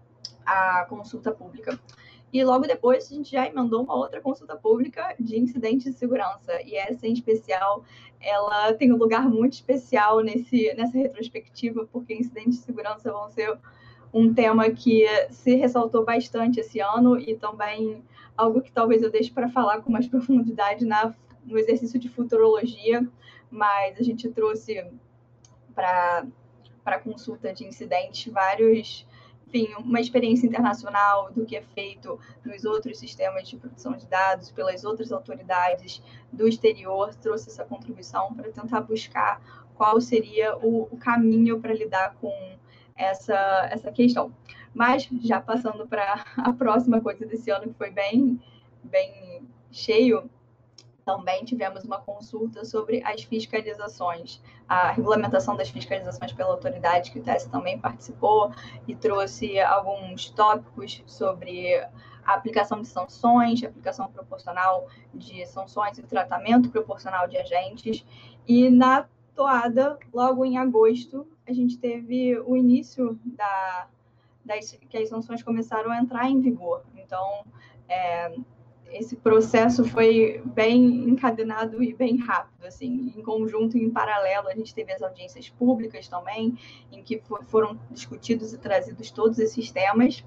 a consulta pública. E logo depois a gente já emendou uma outra consulta pública de incidentes de segurança, e essa em especial, ela tem um lugar muito especial nesse, nessa retrospectiva, porque incidentes de segurança vão ser um tema que se ressaltou bastante esse ano, e também algo que talvez eu deixe para falar com mais profundidade na, no exercício de futurologia, mas a gente trouxe para a consulta de incidentes vários, enfim, uma experiência internacional do que é feito nos outros sistemas de proteção de dados, pelas outras autoridades do exterior, trouxe essa contribuição para tentar buscar qual seria o, o caminho para lidar com essa, essa questão. Mas, já passando para a próxima coisa desse ano, que foi bem, bem cheio, também tivemos uma consulta sobre as fiscalizações, a regulamentação das fiscalizações pela autoridade, que o T S também participou e trouxe alguns tópicos sobre a aplicação de sanções, a aplicação proporcional de sanções e o tratamento proporcional de agentes. E na toada, logo em agosto, a gente teve o início da, das, que as sanções começaram a entrar em vigor. Então, é, esse processo foi bem encadenado e bem rápido, assim, em conjunto e em paralelo. A gente teve as audiências públicas também, em que foram discutidos e trazidos todos esses temas.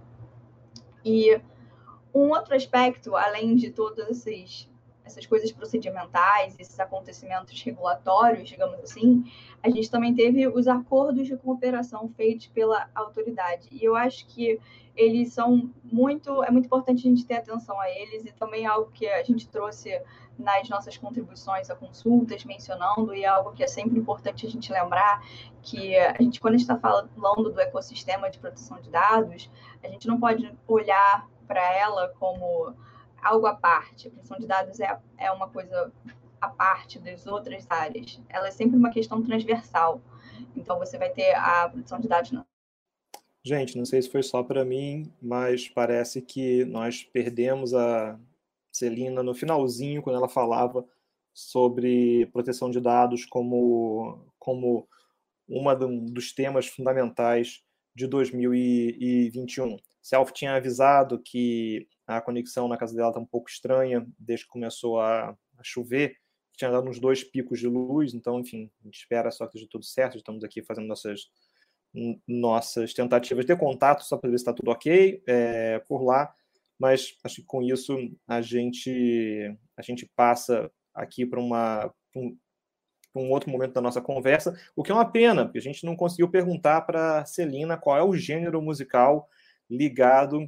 E um outro aspecto, além de todas esses, essas coisas procedimentais, esses acontecimentos regulatórios, digamos assim, a gente também teve os acordos de cooperação feitos pela autoridade. E eu acho que eles são muito, é muito importante a gente ter atenção a eles, e também algo que a gente trouxe nas nossas contribuições a consultas, mencionando, e é algo que é sempre importante a gente lembrar, que a gente, quando a gente está falando do ecossistema de proteção de dados, a gente não pode olhar para ela como algo à parte. A proteção de dados é, é uma coisa à parte das outras áreas. Ela é sempre uma questão transversal. Então, você vai ter a proteção de dados... Não. Gente, não sei se foi só para mim, mas parece que nós perdemos a Celina no finalzinho, quando ela falava sobre proteção de dados como, como uma dos temas fundamentais de dois mil e vinte e um. Self tinha avisado que a conexão na casa dela está um pouco estranha desde que começou a, a chover, tinha dado uns dois picos de luz, então, enfim, a gente espera só que esteja tudo certo, estamos aqui fazendo nossas, nossas tentativas de ter contato só para ver se está tudo ok é, por lá, mas acho que com isso a gente, a gente passa aqui para uma... Um, um outro momento da nossa conversa, o que é uma pena, porque a gente não conseguiu perguntar para a Celina qual é o gênero musical ligado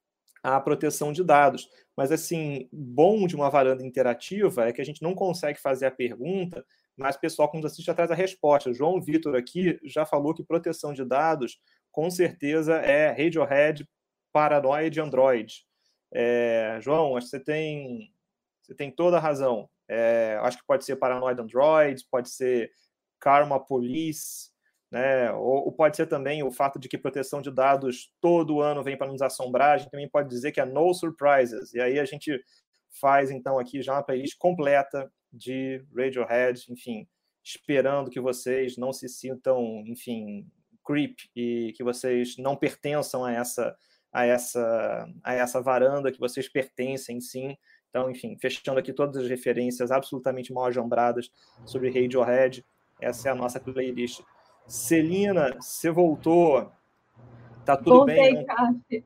à proteção de dados. Mas, assim, bom de uma varanda interativa é que a gente não consegue fazer a pergunta, mas o pessoal que nos assiste já traz a resposta. João Vitor aqui já falou que proteção de dados, com certeza, é Radiohead, Paranoid e Android. É, João, acho que você tem, você tem toda a razão. É, acho que pode ser Paranoid Android, pode ser Karma Police, né? ou, ou pode ser também o fato de que proteção de dados todo ano vem para nos assombrar. A gente também pode dizer que é No Surprises. E aí a gente faz, então, aqui já uma playlist completa de Radiohead, enfim, esperando que vocês não se sintam, enfim, creep e que vocês não pertençam a essa, a essa, a essa varanda, que vocês pertencem, sim. Então, enfim, fechando aqui todas as referências absolutamente mal ajambradas sobre Radiohead, essa é a nossa playlist. Celina, você voltou? Tá tudo Voltei, bem? Cássio.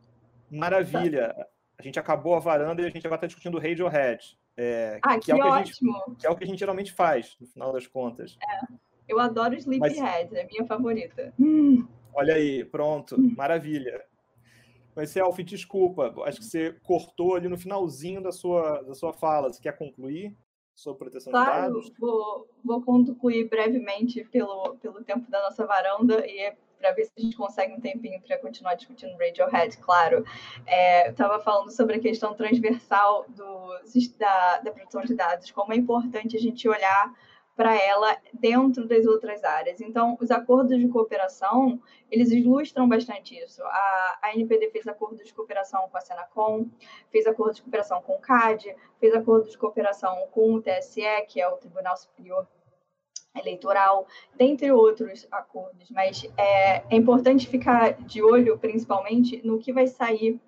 Maravilha. A gente acabou a varanda e a gente agora está discutindo Radiohead. É, ah, que, que, é o que, ótimo. a gente, que é o que a gente geralmente faz, no final das contas. É, eu adoro Sleepyhead, Mas... é a minha favorita. Olha aí, pronto, maravilha. Mas, Selfie, desculpa, acho que você cortou ali no finalzinho da sua, da sua fala. Você quer concluir sobre proteção claro, de dados? Vou, vou concluir brevemente pelo, pelo tempo da nossa varanda e para ver se a gente consegue um tempinho para continuar discutindo Radiohead, claro. É, eu estava falando sobre a questão transversal do, da, da proteção de dados, como é importante a gente olhar para ela dentro das outras áreas. Então, os acordos de cooperação, eles ilustram bastante isso. A, a N P D fez acordo de cooperação com a Senacom, fez acordo de cooperação com o C A D, fez acordo de cooperação com o T S E, que é o Tribunal Superior Eleitoral, dentre outros acordos. Mas é, é importante ficar de olho, principalmente, no que vai sair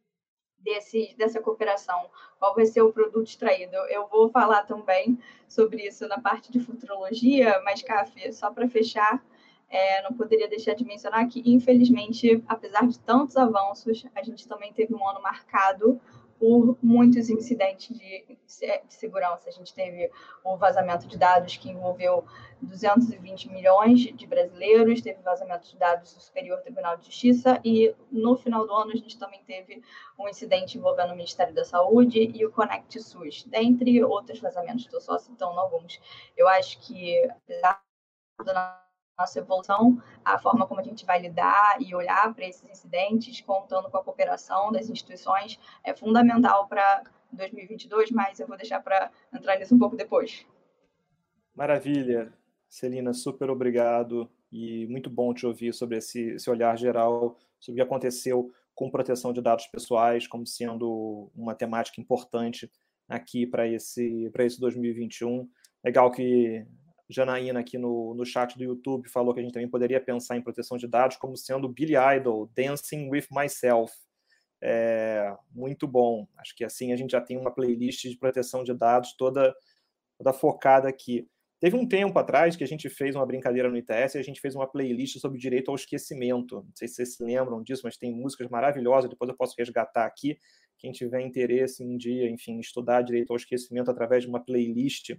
Desse, dessa cooperação, qual vai ser o produto extraído. Eu vou falar também sobre isso na parte de futurologia, mas, Caf, só para fechar, é, não poderia deixar de mencionar que, infelizmente, apesar de tantos avanços, a gente também teve um ano marcado por muitos incidentes de, de segurança. A gente teve o vazamento de dados que envolveu duzentos e vinte milhões de brasileiros, teve vazamento de dados do Superior Tribunal de Justiça e, no final do ano, a gente também teve um incidente envolvendo o Ministério da Saúde e o Conect SUS, dentre outros vazamentos. Estou só citando alguns. Eu acho que, apesar da nossa evolução, a forma como a gente vai lidar e olhar para esses incidentes, contando com a cooperação das instituições, é fundamental para dois mil e vinte e dois, mas eu vou deixar para entrar nisso um pouco depois. Maravilha, Celina, super obrigado e muito bom te ouvir sobre esse, esse olhar geral sobre o que aconteceu com proteção de dados pessoais como sendo uma temática importante aqui para esse, para esse dois mil e vinte e um. Legal que Janaína aqui no, no chat do YouTube falou que a gente também poderia pensar em proteção de dados como sendo Billy Idol, Dancing with Myself. É, muito bom. Acho que assim a gente já tem uma playlist de proteção de dados toda, toda focada aqui. Teve um tempo atrás que a gente fez uma brincadeira no I T S e a gente fez uma playlist sobre direito ao esquecimento. Não sei se vocês se lembram disso, mas tem músicas maravilhosas, depois eu posso resgatar aqui. Quem tiver interesse um dia, enfim, estudar direito ao esquecimento através de uma playlist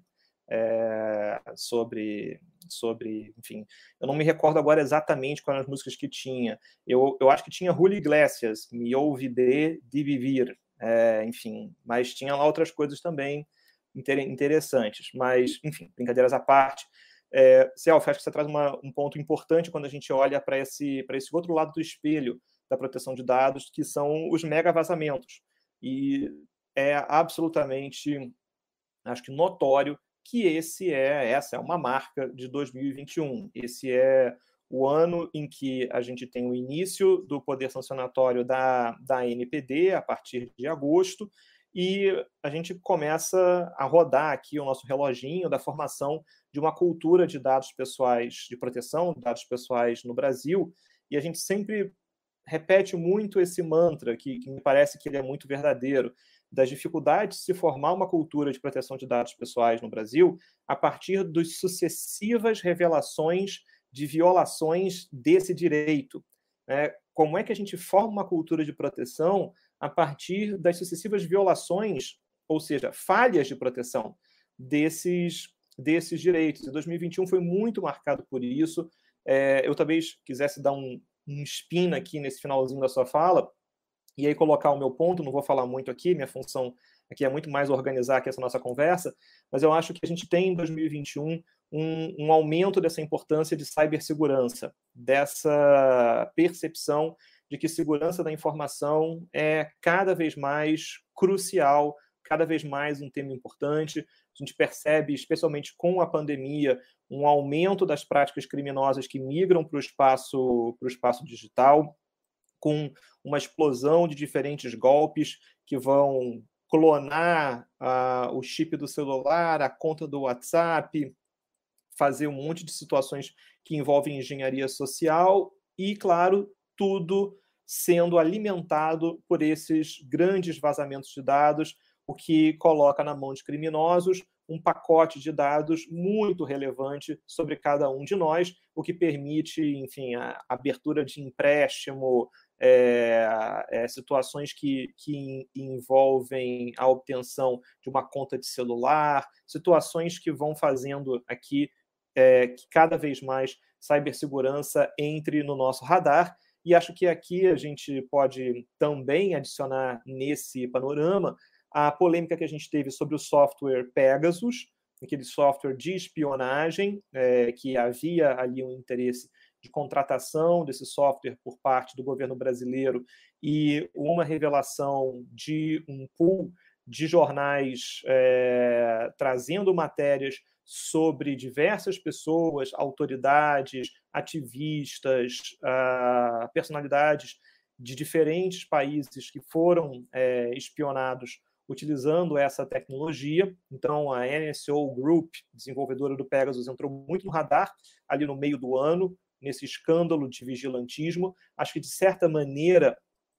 É, sobre, sobre, enfim, eu não me recordo agora exatamente quais as músicas que tinha. Eu, eu acho que tinha Julio Iglesias, Me Olvidé de Vivir, é, enfim, mas tinha lá outras coisas também interessantes. Mas, enfim, brincadeiras à parte. É, Celso, acho que você traz uma, um ponto importante quando a gente olha para esse, para esse outro lado do espelho da proteção de dados, que são os mega vazamentos. E é absolutamente, acho que notório que esse é, essa é uma marca de dois mil e vinte e um. Esse é o ano em que a gente tem o início do poder sancionatório da, da N P D, a partir de agosto, e a gente começa a rodar aqui o nosso reloginho da formação de uma cultura de dados pessoais, de proteção de dados pessoais no Brasil, e a gente sempre repete muito esse mantra, que, que me parece que ele é muito verdadeiro, das dificuldades de se formar uma cultura de proteção de dados pessoais no Brasil a partir das sucessivas revelações de violações desse direito. É, como é que a gente forma uma cultura de proteção a partir das sucessivas violações, ou seja, falhas de proteção desses, desses direitos? E dois mil e vinte e um foi muito marcado por isso. É, eu talvez quisesse dar um, um spin aqui nesse finalzinho da sua fala, e aí colocar o meu ponto, não vou falar muito aqui, minha função aqui é muito mais organizar aqui essa nossa conversa, mas eu acho que a gente tem em dois mil e vinte e um um, um aumento dessa importância de cibersegurança, dessa percepção de que segurança da informação é cada vez mais crucial, cada vez mais um tema importante. A gente percebe, especialmente com a pandemia, um aumento das práticas criminosas que migram para o espaço, para o espaço digital, com uma explosão de diferentes golpes que vão clonar uh, o chip do celular, a conta do WhatsApp, fazer um monte de situações que envolvem engenharia social e, claro, tudo sendo alimentado por esses grandes vazamentos de dados, o que coloca na mão de criminosos um pacote de dados muito relevante sobre cada um de nós, o que permite, enfim, a abertura de empréstimo, é, é, situações que, que envolvem a obtenção de uma conta de celular, situações que vão fazendo aqui é, que cada vez mais cibersegurança entre no nosso radar. E acho que aqui a gente pode também adicionar nesse panorama a polêmica que a gente teve sobre o software Pegasus, aquele software de espionagem, é, que havia ali um interesse de contratação desse software por parte do governo brasileiro e uma revelação de um pool de jornais é, trazendo matérias sobre diversas pessoas, autoridades, ativistas, uh, personalidades de diferentes países que foram é, espionados utilizando essa tecnologia. Então, a N S O Group, desenvolvedora do Pegasus, entrou muito no radar ali no meio do ano, nesse escândalo de vigilantismo. Acho que, de certa maneira,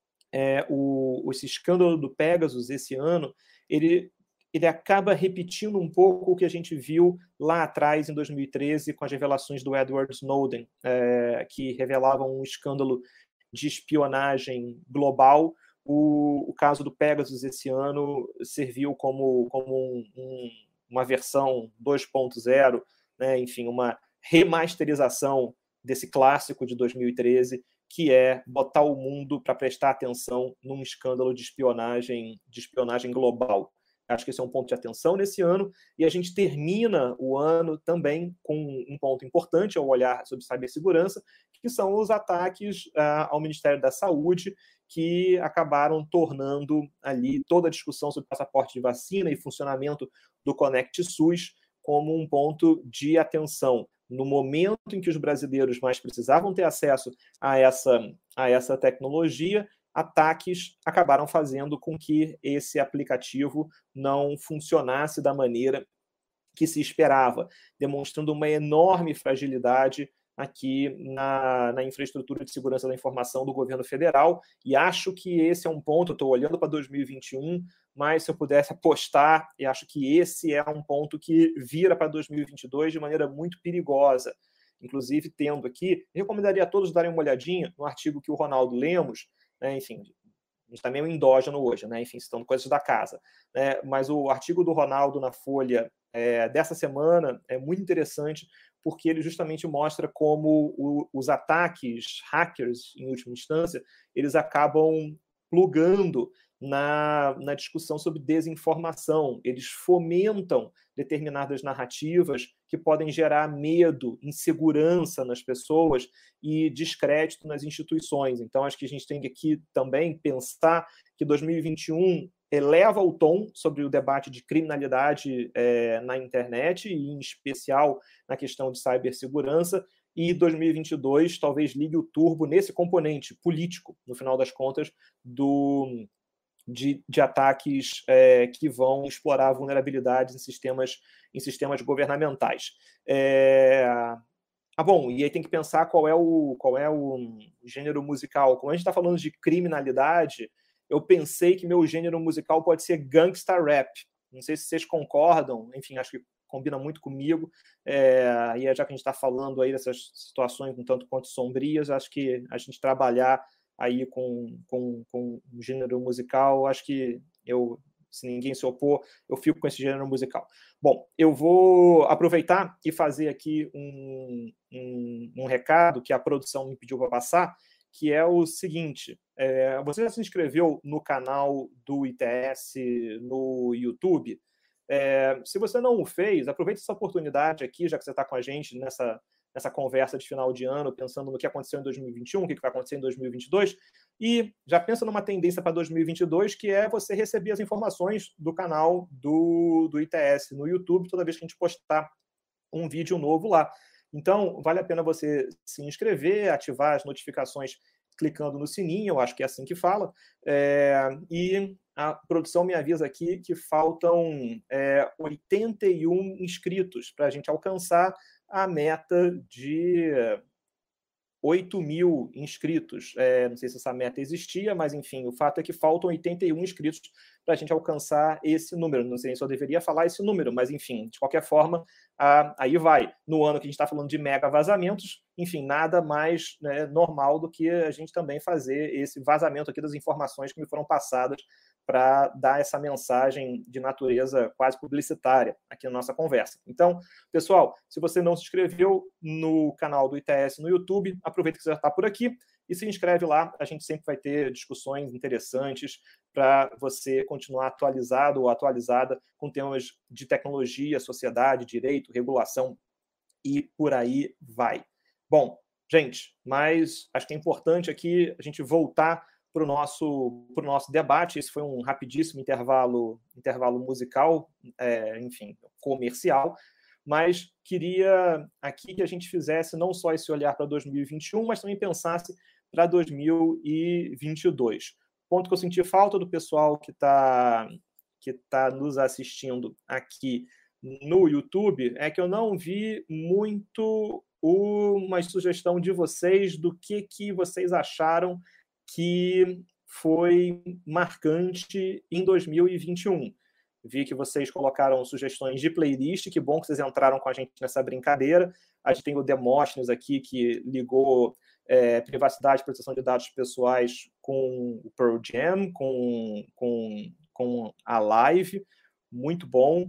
é, o, esse escândalo do Pegasus esse ano, ele, ele acaba repetindo um pouco o que a gente viu lá atrás, em dois mil e treze, com as revelações do Edward Snowden, é, que revelavam um escândalo de espionagem global. O, o caso do Pegasus esse ano serviu como, como um, um, uma versão dois ponto zero, né? Enfim, uma remasterização desse clássico de dois mil e treze, que é botar o mundo para prestar atenção num escândalo de espionagem, de espionagem global. Acho que esse é um ponto de atenção nesse ano, e a gente termina o ano também com um ponto importante ao olhar sobre cibersegurança, que são os ataques uh, ao Ministério da Saúde, que acabaram tornando ali toda a discussão sobre passaporte de vacina e funcionamento do Conect SUS como um ponto de atenção. No momento em que os brasileiros mais precisavam ter acesso a essa, a essa tecnologia, ataques acabaram fazendo com que esse aplicativo não funcionasse da maneira que se esperava, demonstrando uma enorme fragilidade aqui na, na infraestrutura de segurança da informação do governo federal, e acho que esse é um ponto, estou olhando para dois mil e vinte e um, mas se eu pudesse apostar, eu acho que esse é um ponto que vira para dois mil e vinte e dois de maneira muito perigosa. Inclusive, tendo aqui, eu recomendaria a todos darem uma olhadinha no artigo que o Ronaldo Lemos, né, enfim, a gente está meio endógeno hoje, né, enfim, citando coisas da casa, né, mas o artigo do Ronaldo na Folha é, dessa semana é muito interessante, porque ele justamente mostra como o, os ataques hackers, em última instância, eles acabam plugando na, na discussão sobre desinformação. Eles fomentam determinadas narrativas que podem gerar medo, insegurança nas pessoas e descrédito nas instituições. Então, acho que a gente tem que aqui também pensar que dois mil e vinte e um eleva o tom sobre o debate de criminalidade é, na internet, e em especial na questão de cibersegurança, e dois mil e vinte e dois talvez ligue o turbo nesse componente político, no final das contas, do, de, de ataques é, que vão explorar vulnerabilidades em sistemas, em sistemas governamentais. É... Ah, bom, e aí tem que pensar qual é o, qual é o gênero musical. Como a gente está falando de criminalidade, eu pensei que meu gênero musical pode ser gangsta rap. Não sei se vocês concordam, enfim, acho que combina muito comigo. É, e já que a gente está falando aí dessas situações um tanto quanto sombrias, acho que a gente trabalhar aí com, com, com um gênero musical, acho que eu, se ninguém se opor, eu fico com esse gênero musical. Bom, eu vou aproveitar e fazer aqui um, um, um recado que a produção me pediu para passar, que é o seguinte. É, você já se inscreveu no canal do I T S no YouTube? É, se você não o fez, aproveite essa oportunidade aqui, já que você está com a gente nessa, nessa conversa de final de ano, pensando no que aconteceu em dois mil e vinte e um, o que vai acontecer em dois mil e vinte e dois, e já pensa numa tendência para dois mil e vinte e dois, que é você receber as informações do canal do, do I T S no YouTube, toda vez que a gente postar um vídeo novo lá. Então, vale a pena você se inscrever, ativar as notificações clicando no sininho, eu acho que é assim que fala, é, e a produção me avisa aqui que faltam é, oitenta e um inscritos para a gente alcançar a meta de oito mil inscritos. É, não sei se essa meta existia, mas, enfim, o fato é que faltam oitenta e um inscritos para a gente alcançar esse número. Não sei se eu deveria falar esse número, mas, enfim, de qualquer forma, a, aí vai. No ano que a gente está falando de mega vazamentos, enfim, nada mais, né, normal do que a gente também fazer esse vazamento aqui das informações que me foram passadas para dar essa mensagem de natureza quase publicitária aqui na nossa conversa. Então, pessoal, se você não se inscreveu no canal do I T S no YouTube, aproveita que você já está por aqui e se inscreve lá. A gente sempre vai ter discussões interessantes para você continuar atualizado ou atualizada com temas de tecnologia, sociedade, direito, regulação e por aí vai. Bom, gente, mas acho que é importante aqui a gente voltar para o nosso, pro nosso debate. Esse foi um rapidíssimo intervalo, intervalo musical, é, enfim, comercial, mas queria aqui que a gente fizesse não só esse olhar para dois mil e vinte e um, mas também pensasse para dois mil e vinte e dois. O ponto que eu senti falta do pessoal que está que tá nos assistindo aqui no YouTube é que eu não vi muito uma sugestão de vocês do que, que vocês acharam que foi marcante em dois mil e vinte e um. Vi que vocês colocaram sugestões de playlist, que bom que vocês entraram com a gente nessa brincadeira. A gente tem o Demóstenes aqui, que ligou é, privacidade e proteção de dados pessoais com o Pearl Jam, com, com, com a Live, muito bom.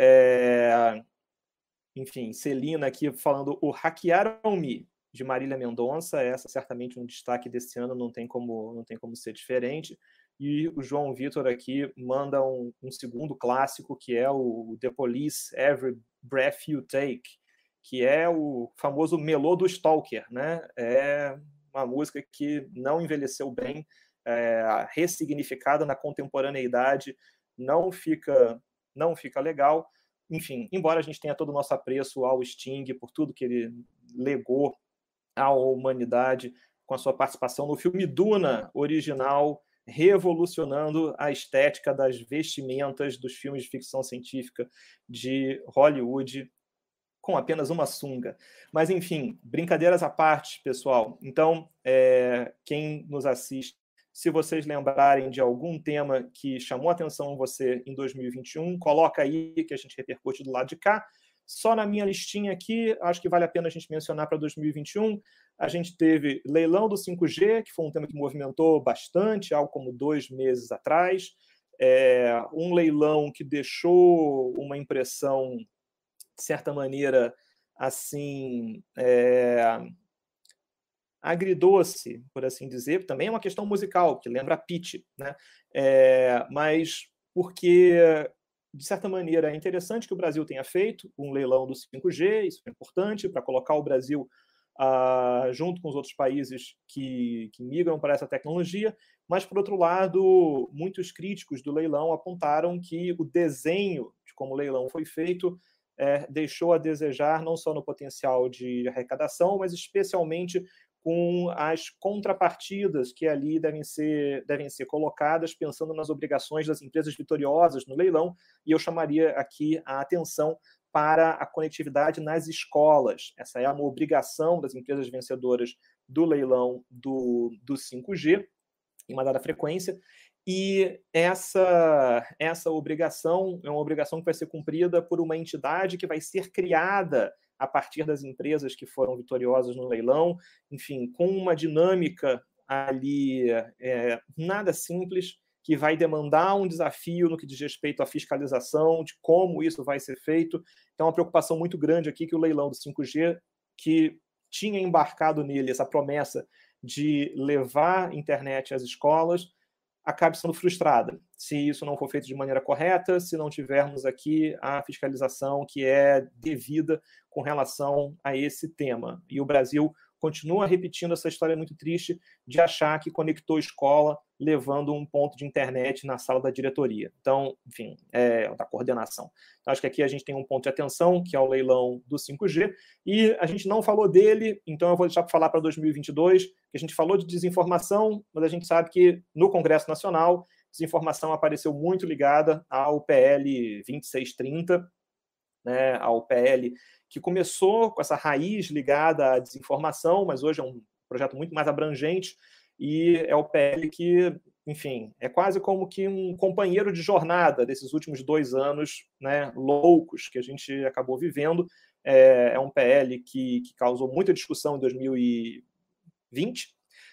É, enfim, Celina aqui falando o Hackearam-me, de Marília Mendonça, essa certamente um destaque desse ano, não tem como, não tem como ser diferente. E o João Vitor aqui manda um, um segundo clássico, que é o The Police, Every Breath You Take, que é o famoso melô do Stalker, né? É uma música que não envelheceu bem, é, ressignificada na contemporaneidade, não fica, não fica legal. Enfim, embora a gente tenha todo o nosso apreço ao Sting por tudo que ele legou à humanidade com a sua participação no filme Duna original, revolucionando a estética das vestimentas dos filmes de ficção científica de Hollywood com apenas uma sunga. Mas, enfim, brincadeiras à parte, pessoal. Então, é, quem nos assiste, se vocês lembrarem de algum tema que chamou a atenção em você em dois mil e vinte e um, coloca aí que a gente repercute do lado de cá. Só na minha listinha aqui, acho que vale a pena a gente mencionar para dois mil e vinte e um, a gente teve leilão do cinco G, que foi um tema que movimentou bastante, algo como dois meses atrás, é, um leilão que deixou uma impressão, de certa maneira, assim, é, agridoce, por assim dizer. Também é uma questão musical, que lembra a Pitty, né? É, mas porque, de certa maneira, é interessante que o Brasil tenha feito um leilão do cinco G, isso é importante para colocar o Brasil uh, junto com os outros países que, que migram para essa tecnologia, mas, por outro lado, muitos críticos do leilão apontaram que o desenho de como o leilão foi feito é, deixou a desejar não só no potencial de arrecadação, mas especialmente com as contrapartidas que ali devem ser, devem ser colocadas, pensando nas obrigações das empresas vitoriosas no leilão, e eu chamaria aqui a atenção para a conectividade nas escolas. Essa é uma obrigação das empresas vencedoras do leilão do, do cinco G, em uma dada frequência, e essa, essa obrigação é uma obrigação que vai ser cumprida por uma entidade que vai ser criada a partir das empresas que foram vitoriosas no leilão, enfim, com uma dinâmica ali é, nada simples, que vai demandar um desafio no que diz respeito à fiscalização, de como isso vai ser feito. Então, é uma preocupação muito grande aqui que o leilão do cinco G, que tinha embarcado nele essa promessa de levar internet às escolas acabe sendo frustrada, se isso não for feito de maneira correta, se não tivermos aqui a fiscalização que é devida com relação a esse tema. E o Brasil continua repetindo essa história muito triste de achar que conectou escola levando um ponto de internet na sala da diretoria. Então, enfim, é, da coordenação. Então, acho que aqui a gente tem um ponto de atenção, que é o leilão do cinco G, e a gente não falou dele, então eu vou deixar para falar para dois mil e vinte e dois, que a gente falou de desinformação, mas a gente sabe que no Congresso Nacional, desinformação apareceu muito ligada ao P L vinte e seis trinta, né, ao P L que começou com essa raiz ligada à desinformação, mas hoje é um projeto muito mais abrangente, e é o P L que, enfim, é quase como que um companheiro de jornada desses últimos dois anos, né, loucos que a gente acabou vivendo. É, é um P L que, que causou muita discussão em dois mil e vinte,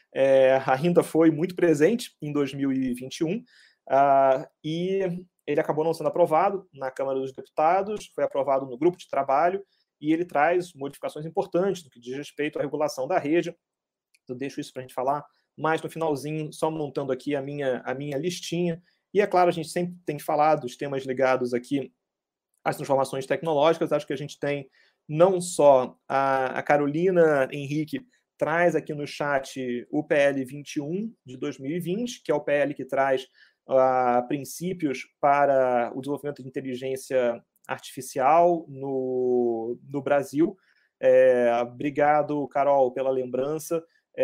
é, ainda foi muito presente em dois mil e vinte e um, uh, e ele acabou não sendo aprovado na Câmara dos Deputados, foi aprovado no grupo de trabalho, e ele traz modificações importantes no que diz respeito à regulação da rede. Eu deixo isso para a gente falar mais no finalzinho, só montando aqui a minha, a minha listinha. E, é claro, a gente sempre tem falado dos temas ligados aqui às transformações tecnológicas. Acho que a gente tem não só a, a Carolina Henrique traz aqui no chat o P L vinte e um de dois mil e vinte, que é o P L que traz uh, princípios para o desenvolvimento de inteligência artificial no, no Brasil. É, obrigado, Carol, pela lembrança.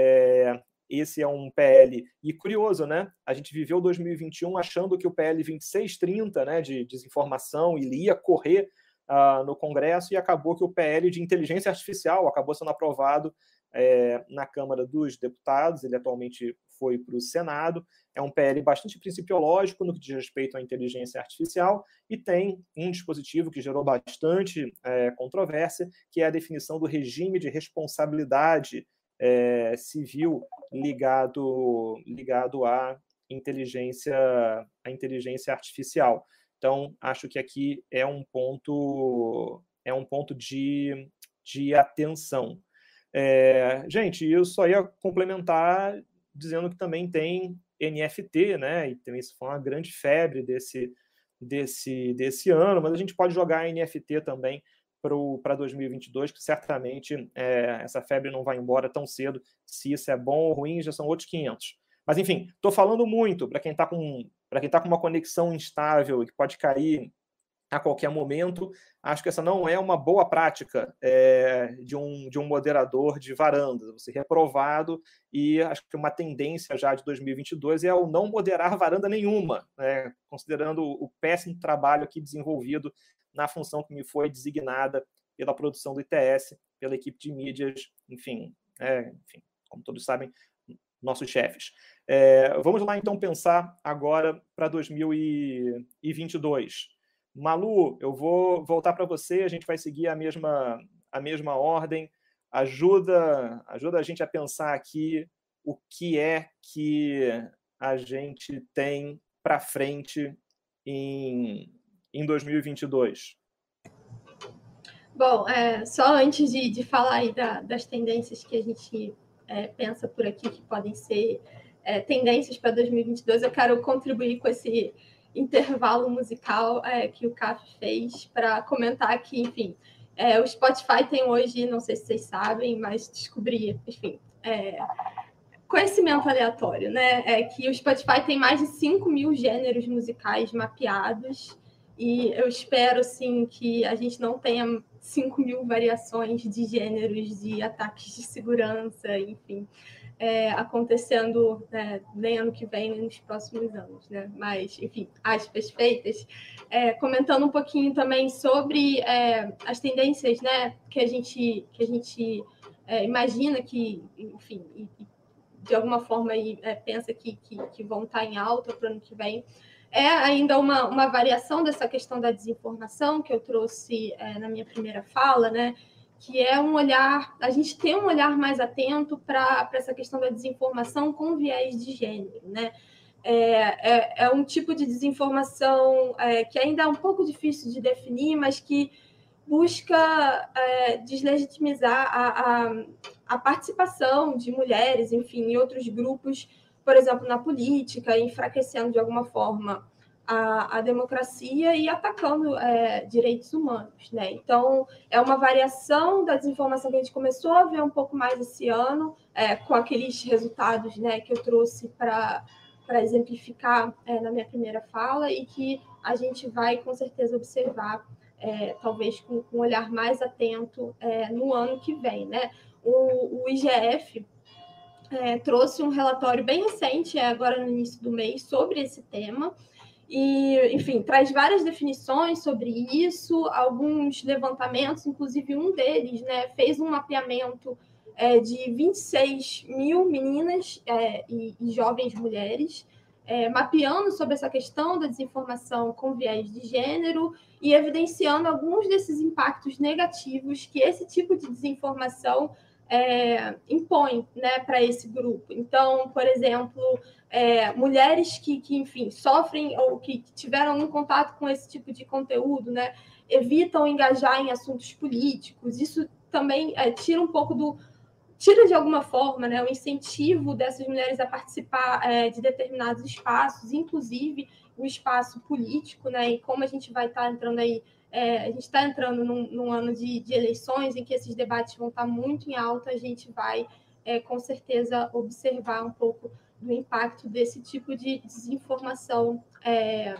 É, esse é um P L, e curioso, né? A gente viveu dois mil e vinte e um achando que o P L vinte e seis trinta, né, de desinformação, ele ia correr uh, no Congresso, e acabou que o P L de inteligência artificial acabou sendo aprovado é, na Câmara dos Deputados. Ele atualmente foi para o Senado. É um P L bastante principiológico no que diz respeito à inteligência artificial, e tem um dispositivo que gerou bastante é, controvérsia, que é a definição do regime de responsabilidade é, civil ligado, ligado à inteligência, à inteligência artificial. Então, acho que aqui é um ponto, é um ponto de, de atenção. É, gente, eu só ia complementar dizendo que também tem N F T, né? E também isso foi uma grande febre desse, desse, desse ano, mas a gente pode jogar N F T também para dois mil e vinte e dois, que certamente é, essa febre não vai embora tão cedo. Se isso é bom ou ruim, já são outros quinhentos. Mas, enfim, estou falando muito para quem está com, para quem está com uma conexão instável e que pode cair a qualquer momento. Acho que essa não é uma boa prática é, de, um, de um moderador de varanda. Você reprovado, e acho que uma tendência já de dois mil e vinte e dois é o não moderar varanda nenhuma, né, considerando o péssimo trabalho aqui desenvolvido na função que me foi designada pela produção do I T S, pela equipe de mídias, enfim, é, enfim como todos sabem, nossos chefes. É, vamos lá, então, pensar agora para dois mil e vinte e dois. Malu, eu vou voltar para você, a gente vai seguir a mesma, a mesma ordem. Ajuda, ajuda a gente a pensar aqui o que é que a gente tem para frente em, em dois mil e vinte e dois. Bom, é, só antes de, de falar aí da, das tendências que a gente é, pensa por aqui, que podem ser é, tendências para dois mil e vinte e dois, eu quero contribuir com esse intervalo musical é, que o C A F fez para comentar que, enfim, é, o Spotify tem hoje, não sei se vocês sabem, mas descobri, enfim, é, conhecimento aleatório, né? É que o Spotify tem mais de cinco mil gêneros musicais mapeados, e eu espero, sim, que a gente não tenha cinco mil variações de gêneros, de ataques de segurança, enfim, É, acontecendo, né, nem ano que vem, nem nos próximos anos, né? Mas, enfim, aspas feitas. É, comentando um pouquinho também sobre é, as tendências, né, que a gente, que a gente é, imagina que, enfim, e, de alguma forma aí, é, pensa que, que, que vão estar em alta para o ano que vem. É ainda uma, uma variação dessa questão da desinformação que eu trouxe é, na minha primeira fala, né? Que é um olhar, a gente tem um olhar mais atento para essa questão da desinformação com viés de gênero, né? É, é, é um tipo de desinformação é, que ainda é um pouco difícil de definir, mas que busca é, deslegitimizar a, a, a participação de mulheres, enfim, em outros grupos, por exemplo, na política, enfraquecendo de alguma forma a, a democracia e atacando é, direitos humanos, né? Então, é uma variação da desinformação que a gente começou a ver um pouco mais esse ano, é, com aqueles resultados, né, que eu trouxe para para exemplificar é, na minha primeira fala, e que a gente vai, com certeza, observar, é, talvez com, com um olhar mais atento é, no ano que vem, né? O, o I G F é, trouxe um relatório bem recente, agora no início do mês, sobre esse tema, e, enfim, traz várias definições sobre isso, alguns levantamentos, inclusive um deles, né, fez um mapeamento é, de vinte e seis mil meninas é, e, e jovens mulheres, é, mapeando sobre essa questão da desinformação com viés de gênero e evidenciando alguns desses impactos negativos que esse tipo de desinformação é, impõe, né, para esse grupo. Então, por exemplo, é, mulheres que, que, enfim, sofrem ou que tiveram um contato com esse tipo de conteúdo, né, evitam engajar em assuntos políticos. Isso também é, tira um pouco do... tira, de alguma forma, né, o incentivo dessas mulheres a participar é, de determinados espaços, inclusive o espaço político, né, e como a gente vai estar entrando aí, é, a gente está entrando num, num ano de, de eleições em que esses debates vão estar muito em alta, a gente vai, é, com certeza, observar um pouco do impacto desse tipo de desinformação é,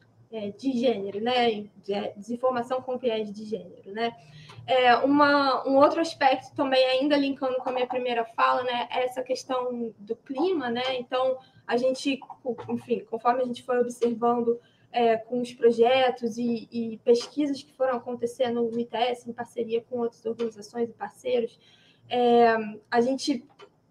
é, de gênero, né, de desinformação com viés de gênero, né. É, uma, um outro aspecto também, ainda linkando com a minha primeira fala, né, é essa questão do clima, né? Então, a gente, enfim, conforme a gente foi observando é, com os projetos e, e pesquisas que foram acontecendo no I T S, em parceria com outras organizações e parceiros, é, a gente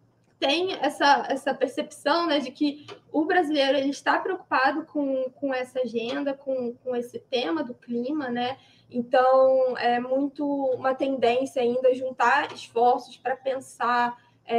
tem essa, essa percepção, né, de que o brasileiro ele está preocupado com, com essa agenda, com, com esse tema do clima, né? Então, é muito uma tendência ainda juntar esforços para pensar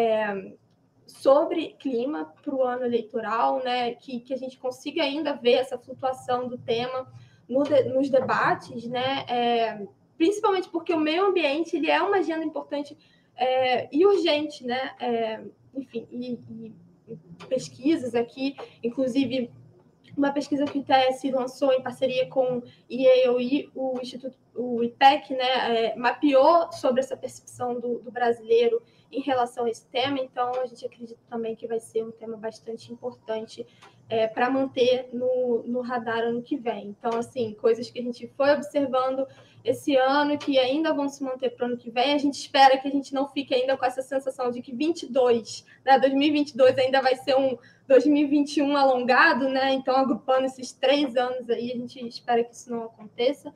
é, sobre clima para o ano eleitoral, né? Que, que a gente consiga ainda ver essa flutuação do tema no de, nos debates, né? É, principalmente porque o meio ambiente ele é uma agenda importante é, e urgente, né? É, enfim, e, e pesquisas aqui, inclusive uma pesquisa que o I T S lançou em parceria com o I A O I, o Instituto, o I P E C, né, é, mapeou sobre essa percepção do, do brasileiro em relação a esse tema, então a gente acredita também que vai ser um tema bastante importante é, para manter no, no radar ano que vem. Então, assim, coisas que a gente foi observando esse ano, que ainda vão se manter para o ano que vem, a gente espera que a gente não fique ainda com essa sensação de que vinte e dois, né, dois mil e vinte e dois ainda vai ser um dois mil e vinte e um alongado, né? Então, agrupando esses três anos aí, a gente espera que isso não aconteça,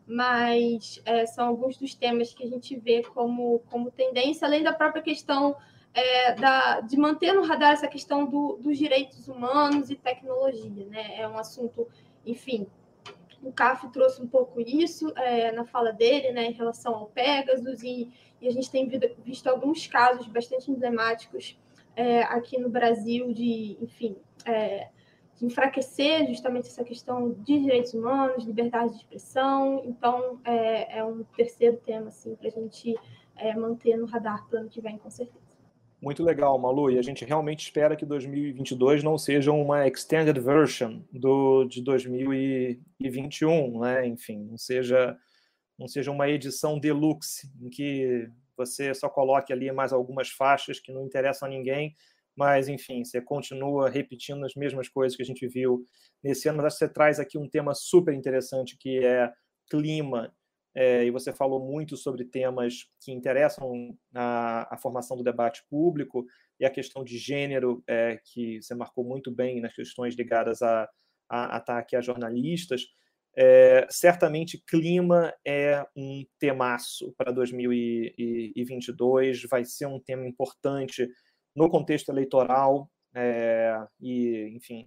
mas é, são alguns dos temas que a gente vê como, como tendência, além da própria questão é, da, de manter no radar essa questão do, dos direitos humanos e tecnologia, né? É um assunto, enfim, o C A F trouxe um pouco isso é, na fala dele, né, em relação ao Pegasus, e, e a gente tem visto alguns casos bastante emblemáticos é, aqui no Brasil de, enfim, é, de enfraquecer justamente essa questão de direitos humanos, liberdade de expressão. Então, é, é um terceiro tema assim, para a gente é, manter no radar para o ano que vem, com certeza. Muito legal, Malu, e a gente realmente espera que dois mil e vinte e dois não seja uma extended version do, de dois mil e vinte e um, né? Enfim, não seja, não seja uma edição deluxe, em que você só coloque ali mais algumas faixas que não interessam a ninguém, mas, enfim, você continua repetindo as mesmas coisas que a gente viu nesse ano. Mas acho que você traz aqui um tema super interessante, que é clima. É, e você falou muito sobre temas que interessam a, a formação do debate público e a questão de gênero, é, que você marcou muito bem nas questões ligadas a, a ataque a jornalistas. É, certamente, clima é um temaço para dois mil e vinte e dois, vai ser um tema importante no contexto eleitoral, é, e, enfim,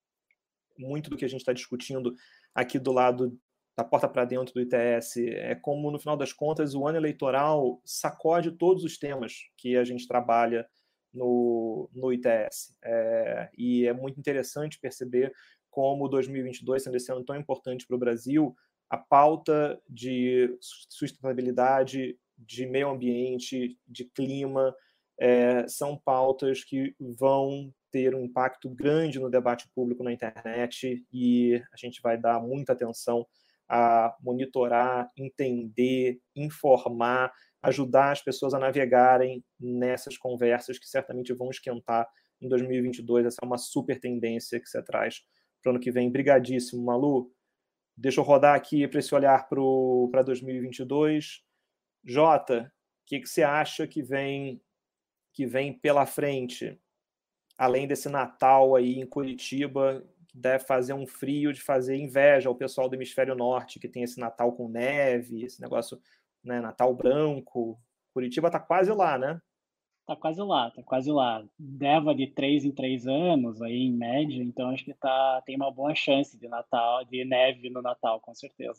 muito do que a gente está discutindo aqui do lado da porta para dentro do I T S, é como, no final das contas, o ano eleitoral sacode todos os temas que a gente trabalha no, no I T S. É, e é muito interessante perceber como dois mil e vinte e dois, sendo esse ano tão importante para o Brasil, a pauta de sustentabilidade, de meio ambiente, de clima, é, são pautas que vão ter um impacto grande no debate público na internet e a gente vai dar muita atenção a monitorar, entender, informar, ajudar as pessoas a navegarem nessas conversas que certamente vão esquentar em dois mil e vinte e dois. Essa é uma super tendência que você traz para o ano que vem. Brigadíssimo, Malu. Deixa eu rodar aqui para esse olhar para dois mil e vinte e dois. Jota, o que, que você acha que vem, que vem pela frente? Além desse Natal aí em Curitiba, que deve fazer um frio de fazer inveja ao pessoal do Hemisfério Norte, que tem esse Natal com neve, esse negócio, né, Natal branco. Curitiba está quase lá, né? Tá quase lá, tá quase lá. Neva de três em três anos, aí em média, então acho que tá, tem uma boa chance de Natal, de neve no Natal, com certeza.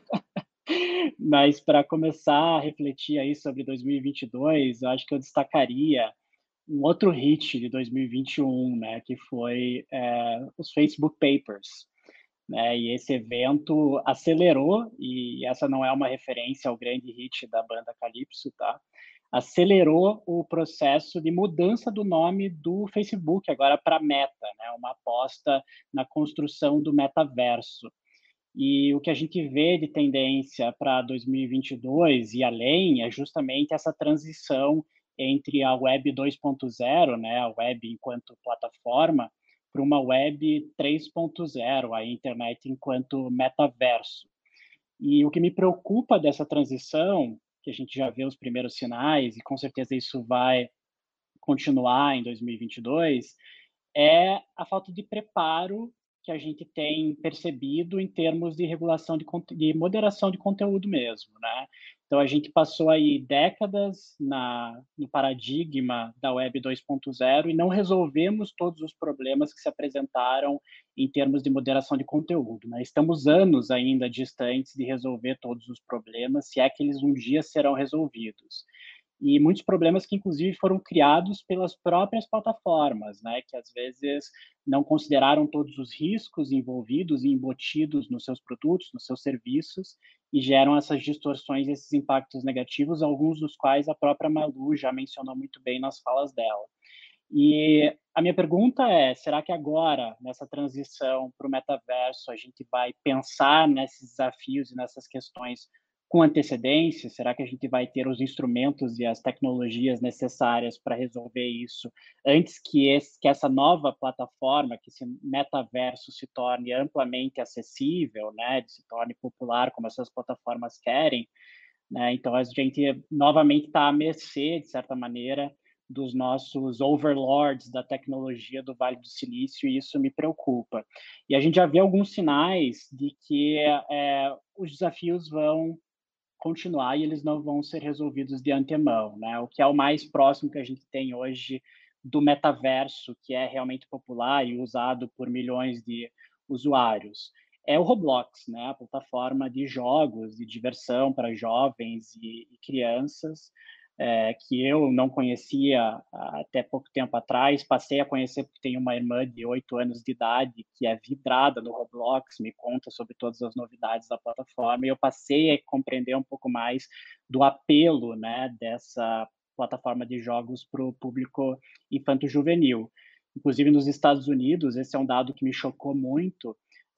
Mas para começar a refletir aí sobre dois mil e vinte e dois, eu acho que eu destacaria um outro hit de dois mil e vinte e um, né, que foi é, os Facebook Papers. Né, e esse evento acelerou, e essa não é uma referência ao grande hit da banda Calypso, tá? Acelerou o processo de mudança do nome do Facebook agora para Meta, né? Uma aposta na construção do metaverso. E o que a gente vê de tendência para dois mil e vinte e dois e além é justamente essa transição entre a Web dois ponto zero, né, a web enquanto plataforma, para uma Web três ponto zero, a internet enquanto metaverso. E o que me preocupa dessa transição, que a gente já vê os primeiros sinais, e com certeza isso vai continuar em dois mil e vinte e dois, é a falta de preparo que a gente tem percebido em termos de regulação de, de moderação de conteúdo mesmo, né? Então, a gente passou aí décadas na, no paradigma da Web dois ponto zero e não resolvemos todos os problemas que se apresentaram em termos de moderação de conteúdo, né? Estamos anos ainda distantes de resolver todos os problemas, se é que eles um dia serão resolvidos. E muitos problemas que, inclusive, foram criados pelas próprias plataformas, né, que às vezes não consideraram todos os riscos envolvidos e embutidos nos seus produtos, nos seus serviços, e geram essas distorções, esses impactos negativos, alguns dos quais a própria Malu já mencionou muito bem nas falas dela. E a minha pergunta é, será que agora, nessa transição para o metaverso, a gente vai pensar nesses desafios e nessas questões com antecedência? Será que a gente vai ter os instrumentos e as tecnologias necessárias para resolver isso antes que, esse, que essa nova plataforma, que esse metaverso se torne amplamente acessível, né, se torne popular como essas plataformas querem, né? Então, a gente novamente está à mercê, de certa maneira, dos nossos overlords da tecnologia do Vale do Silício, e isso me preocupa. E a gente já vê alguns sinais de que é, os desafios vão continuar e eles não vão ser resolvidos de antemão, né? O que é o mais próximo que a gente tem hoje do metaverso, que é realmente popular e usado por milhões de usuários, é o Roblox, né? A plataforma de jogos, de diversão para jovens e, e crianças, é, que eu não conhecia até pouco tempo atrás, passei a conhecer porque tenho uma irmã de oito anos de idade que é vidrada no Roblox, me conta sobre todas as novidades da plataforma, e eu passei a compreender um pouco mais do apelo, né, dessa plataforma de jogos para o público infanto-juvenil. Inclusive, nos Estados Unidos, esse é um dado que me chocou muito,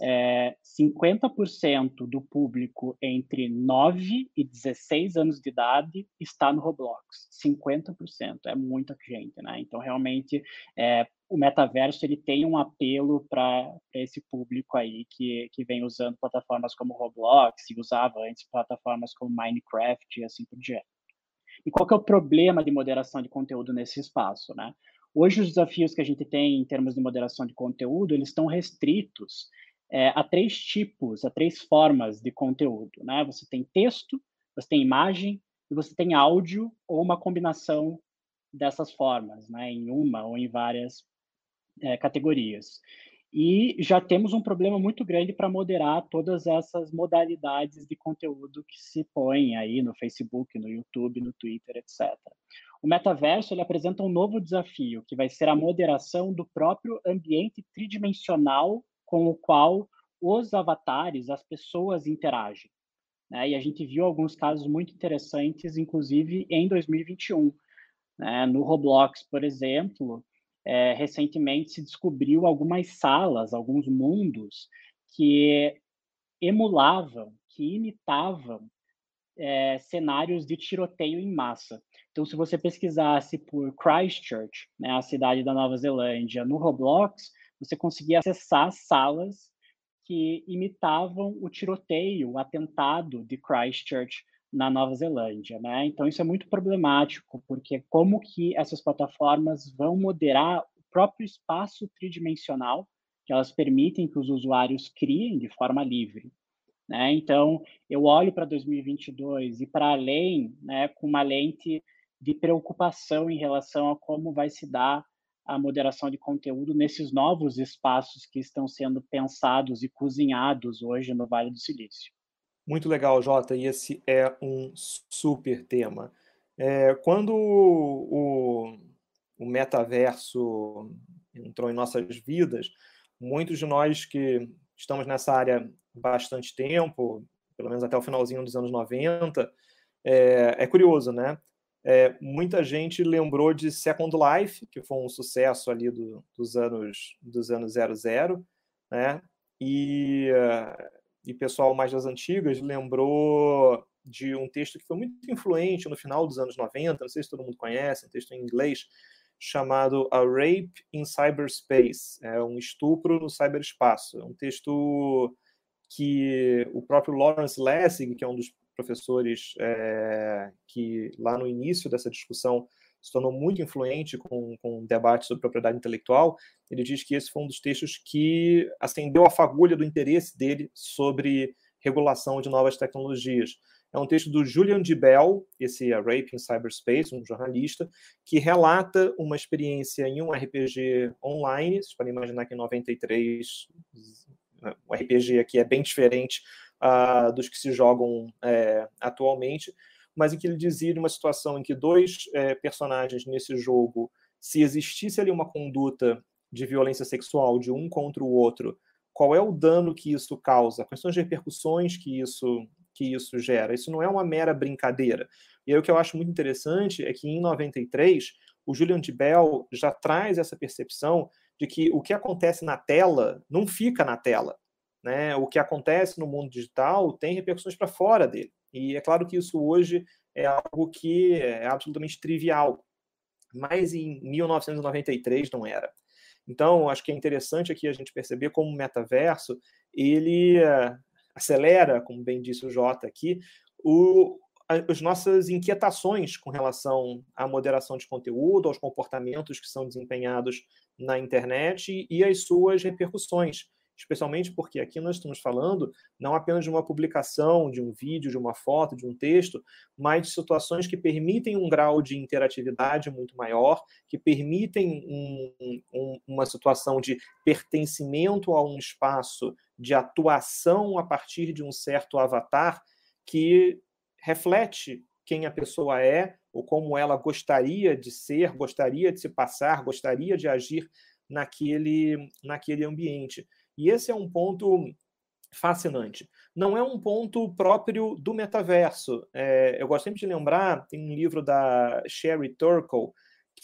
É, cinquenta por cento do público entre nove e dezesseis anos de idade está no Roblox. cinquenta por cento, é muita gente, né? Então, realmente, é, o metaverso ele tem um apelo para esse público aí que, que vem usando plataformas como Roblox, e usava antes plataformas como Minecraft e assim por diante. E qual que é o problema de moderação de conteúdo nesse espaço, né? Hoje, os desafios que a gente tem em termos de moderação de conteúdo, eles estão restritos é, há três tipos, há três formas de conteúdo, né? Você tem texto, você tem imagem e você tem áudio ou uma combinação dessas formas, né? Em uma ou em várias é, categorias. E já temos um problema muito grande para moderar todas essas modalidades de conteúdo que se põem aí no Facebook, no YouTube, no Twitter, etcétera. O metaverso ele apresenta um novo desafio, que vai ser a moderação do próprio ambiente tridimensional com o qual os avatares, as pessoas interagem, né? E a gente viu alguns casos muito interessantes, inclusive em dois mil e vinte e um. né? No Roblox, por exemplo, é, recentemente se descobriu algumas salas, alguns mundos que emulavam, que imitavam é, cenários de tiroteio em massa. Então, se você pesquisasse por Christchurch, né, a cidade da Nova Zelândia, no Roblox, você conseguia acessar salas que imitavam o tiroteio, o atentado de Christchurch na Nova Zelândia, né? Então, isso é muito problemático, porque como que essas plataformas vão moderar o próprio espaço tridimensional que elas permitem que os usuários criem de forma livre, né? Então, eu olho para dois mil e vinte e dois e para além, né, com uma lente de preocupação em relação a como vai se dar a moderação de conteúdo nesses novos espaços que estão sendo pensados e cozinhados hoje no Vale do Silício. Muito legal, Jota, e esse é um super tema. É, quando o, o metaverso entrou em nossas vidas, muitos de nós que estamos nessa área há bastante tempo, pelo menos até o finalzinho dos anos noventa, é, é curioso, né? É, muita gente lembrou de Second Life, que foi um sucesso ali do, dos anos dos anos zero zero, né? E, e pessoal mais das antigas lembrou de um texto que foi muito influente no final dos anos noventa, não sei se todo mundo conhece, um texto em inglês, chamado A Rape in Cyberspace, é um estupro no ciberespaço. É um texto que o próprio Lawrence Lessig, que é um dos professores é, que lá no início dessa discussão se tornou muito influente com, com o debate sobre propriedade intelectual, ele diz que esse foi um dos textos que acendeu a fagulha do interesse dele sobre regulação de novas tecnologias. É um texto do Julian de Bell, esse A Rape in Cyberspace, um jornalista, que relata uma experiência em um R P G online. Vocês podem imaginar que em noventa e três o R P G aqui é bem diferente uh, dos que se jogam é, atualmente, mas em que ele dizia de uma situação em que dois é, personagens nesse jogo, se existisse ali uma conduta de violência sexual de um contra o outro, qual é o dano que isso causa? Quais são as repercussões que isso, que isso gera? Isso não é uma mera brincadeira. E aí o que eu acho muito interessante é que em noventa e três o Julian de Bell já traz essa percepção de que o que acontece na tela não fica na tela, né? O que acontece no mundo digital tem repercussões para fora dele. E é claro que isso hoje é algo que é absolutamente trivial, mas em mil novecentos e noventa e três não era. Então, acho que é interessante aqui a gente perceber como o metaverso, ele uh, acelera, como bem disse o Jota aqui, o, as nossas inquietações com relação à moderação de conteúdo, aos comportamentos que são desempenhados na internet e as suas repercussões, especialmente porque aqui nós estamos falando não apenas de uma publicação, de um vídeo, de uma foto, de um texto, mas de situações que permitem um grau de interatividade muito maior, que permitem um, um, uma situação de pertencimento a um espaço, de atuação a partir de um certo avatar que reflete quem a pessoa é, ou como ela gostaria de ser, gostaria de se passar, gostaria de agir naquele, naquele ambiente. E esse é um ponto fascinante. Não é um ponto próprio do metaverso. É, eu gosto sempre de lembrar, tem um livro da Sherry Turkle,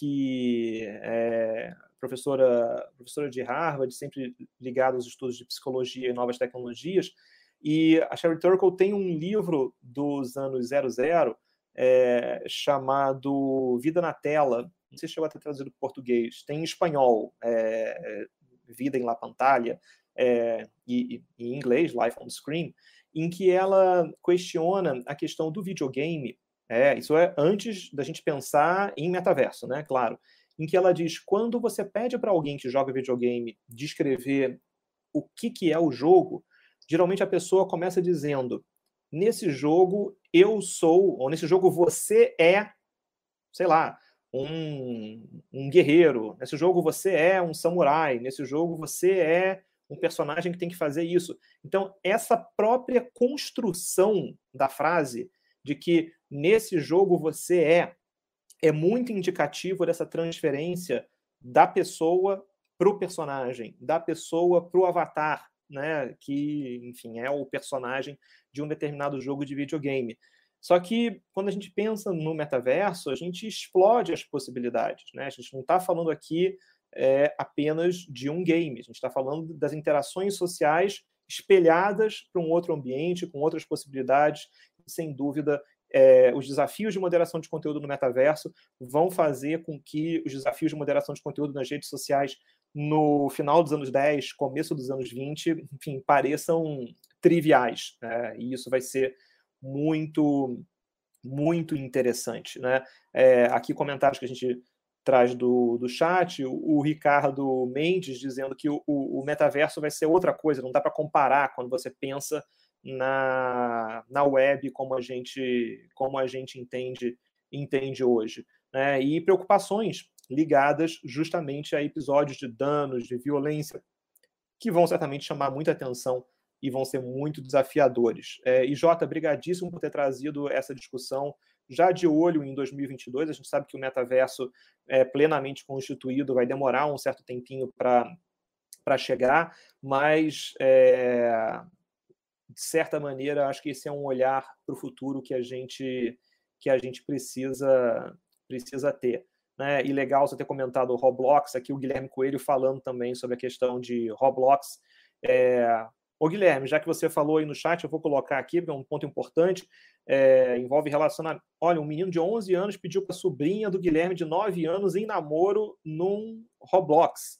que é professora, professora de Harvard, sempre ligada aos estudos de psicologia e novas tecnologias, e a Sherry Turkle tem um livro dos anos zero zero é, chamado Vida na Tela. Não sei se chegou a ter traduzido para português. Tem em espanhol, é, Vida em la Pantalla, é, e, e em inglês, Life on the Screen, em que ela questiona a questão do videogame. É, isso é antes da gente pensar em metaverso, né? Claro. Em que ela diz, quando você pede para alguém que joga videogame descrever o que, que é o jogo, geralmente a pessoa começa dizendo, nesse jogo eu sou, ou nesse jogo você é, sei lá, um, um guerreiro, nesse jogo você é um samurai, nesse jogo você é um personagem que tem que fazer isso. Então, essa própria construção da frase de que nesse jogo você é, é muito indicativo dessa transferência da pessoa para o personagem, da pessoa para o avatar, né, que, enfim, é o personagem de um determinado jogo de videogame. Só que, quando a gente pensa no metaverso, a gente explode as possibilidades, né? A gente não está falando aqui é, apenas de um game, a gente está falando das interações sociais espelhadas para um outro ambiente, com outras possibilidades, e, sem dúvida, é, os desafios de moderação de conteúdo no metaverso vão fazer com que os desafios de moderação de conteúdo nas redes sociais no final dos anos dez, começo dos anos vinte, enfim, pareçam triviais, né? E isso vai ser muito, muito interessante, né? É, aqui comentários que a gente traz do, do chat, o, o Ricardo Mendes dizendo que o, o, o metaverso vai ser outra coisa, não dá para comparar quando você pensa na, na web como a gente, como a gente entende, entende hoje, né? E preocupações ligadas justamente a episódios de danos, de violência, que vão certamente chamar muita atenção e vão ser muito desafiadores. É, e, Jota, brigadíssimo por ter trazido essa discussão já de olho em dois mil e vinte e dois. A gente sabe que o metaverso é plenamente constituído, vai demorar um certo tempinho para chegar, mas, é, de certa maneira, acho que esse é um olhar para o futuro que a gente, que a gente precisa, precisa ter. Né? E legal você ter comentado o Roblox, aqui o Guilherme Coelho falando também sobre a questão de Roblox. É... Ô, Guilherme, já que você falou aí no chat, eu vou colocar aqui, porque é um ponto importante, é... envolve relacionamento. Olha, um menino de onze anos pediu para a sobrinha do Guilherme de nove anos em namoro num Roblox.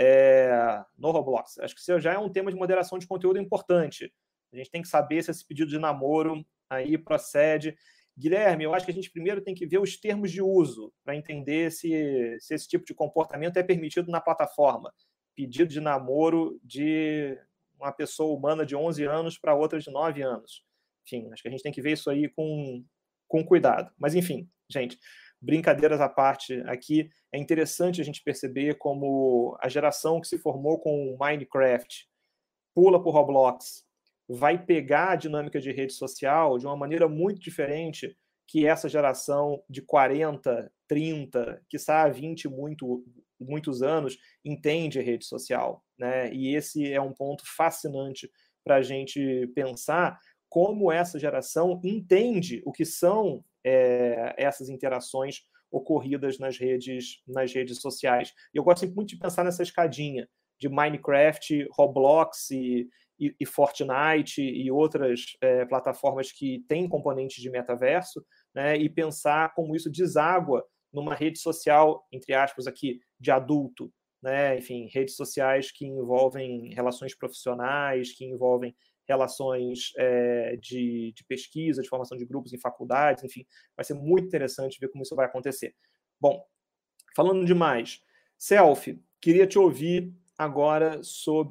É... No Roblox. Acho que isso já é um tema de moderação de conteúdo importante. A gente tem que saber se esse pedido de namoro aí procede. Guilherme, eu acho que a gente primeiro tem que ver os termos de uso para entender se, se esse tipo de comportamento é permitido na plataforma. Pedido de namoro de uma pessoa humana de onze anos para outra de nove anos. Enfim, acho que a gente tem que ver isso aí com, com cuidado. Mas, enfim, gente, brincadeiras à parte aqui, é interessante a gente perceber como a geração que se formou com Minecraft pula por Roblox, vai pegar a dinâmica de rede social de uma maneira muito diferente que essa geração de quarenta, trinta, quiçá vinte muito, muitos anos, entende a rede social, né? E esse é um ponto fascinante para a gente pensar como essa geração entende o que são é, essas interações ocorridas nas redes, nas redes sociais. E eu gosto sempre muito de pensar nessa escadinha de Minecraft, Roblox e E, e Fortnite e outras é, plataformas que têm componentes de metaverso, né, e pensar como isso deságua numa rede social, entre aspas, aqui, de adulto, né, enfim, redes sociais que envolvem relações profissionais, que envolvem relações é, de, de pesquisa, de formação de grupos em faculdades, enfim, vai ser muito interessante ver como isso vai acontecer. Bom, falando demais, Selfie, queria te ouvir agora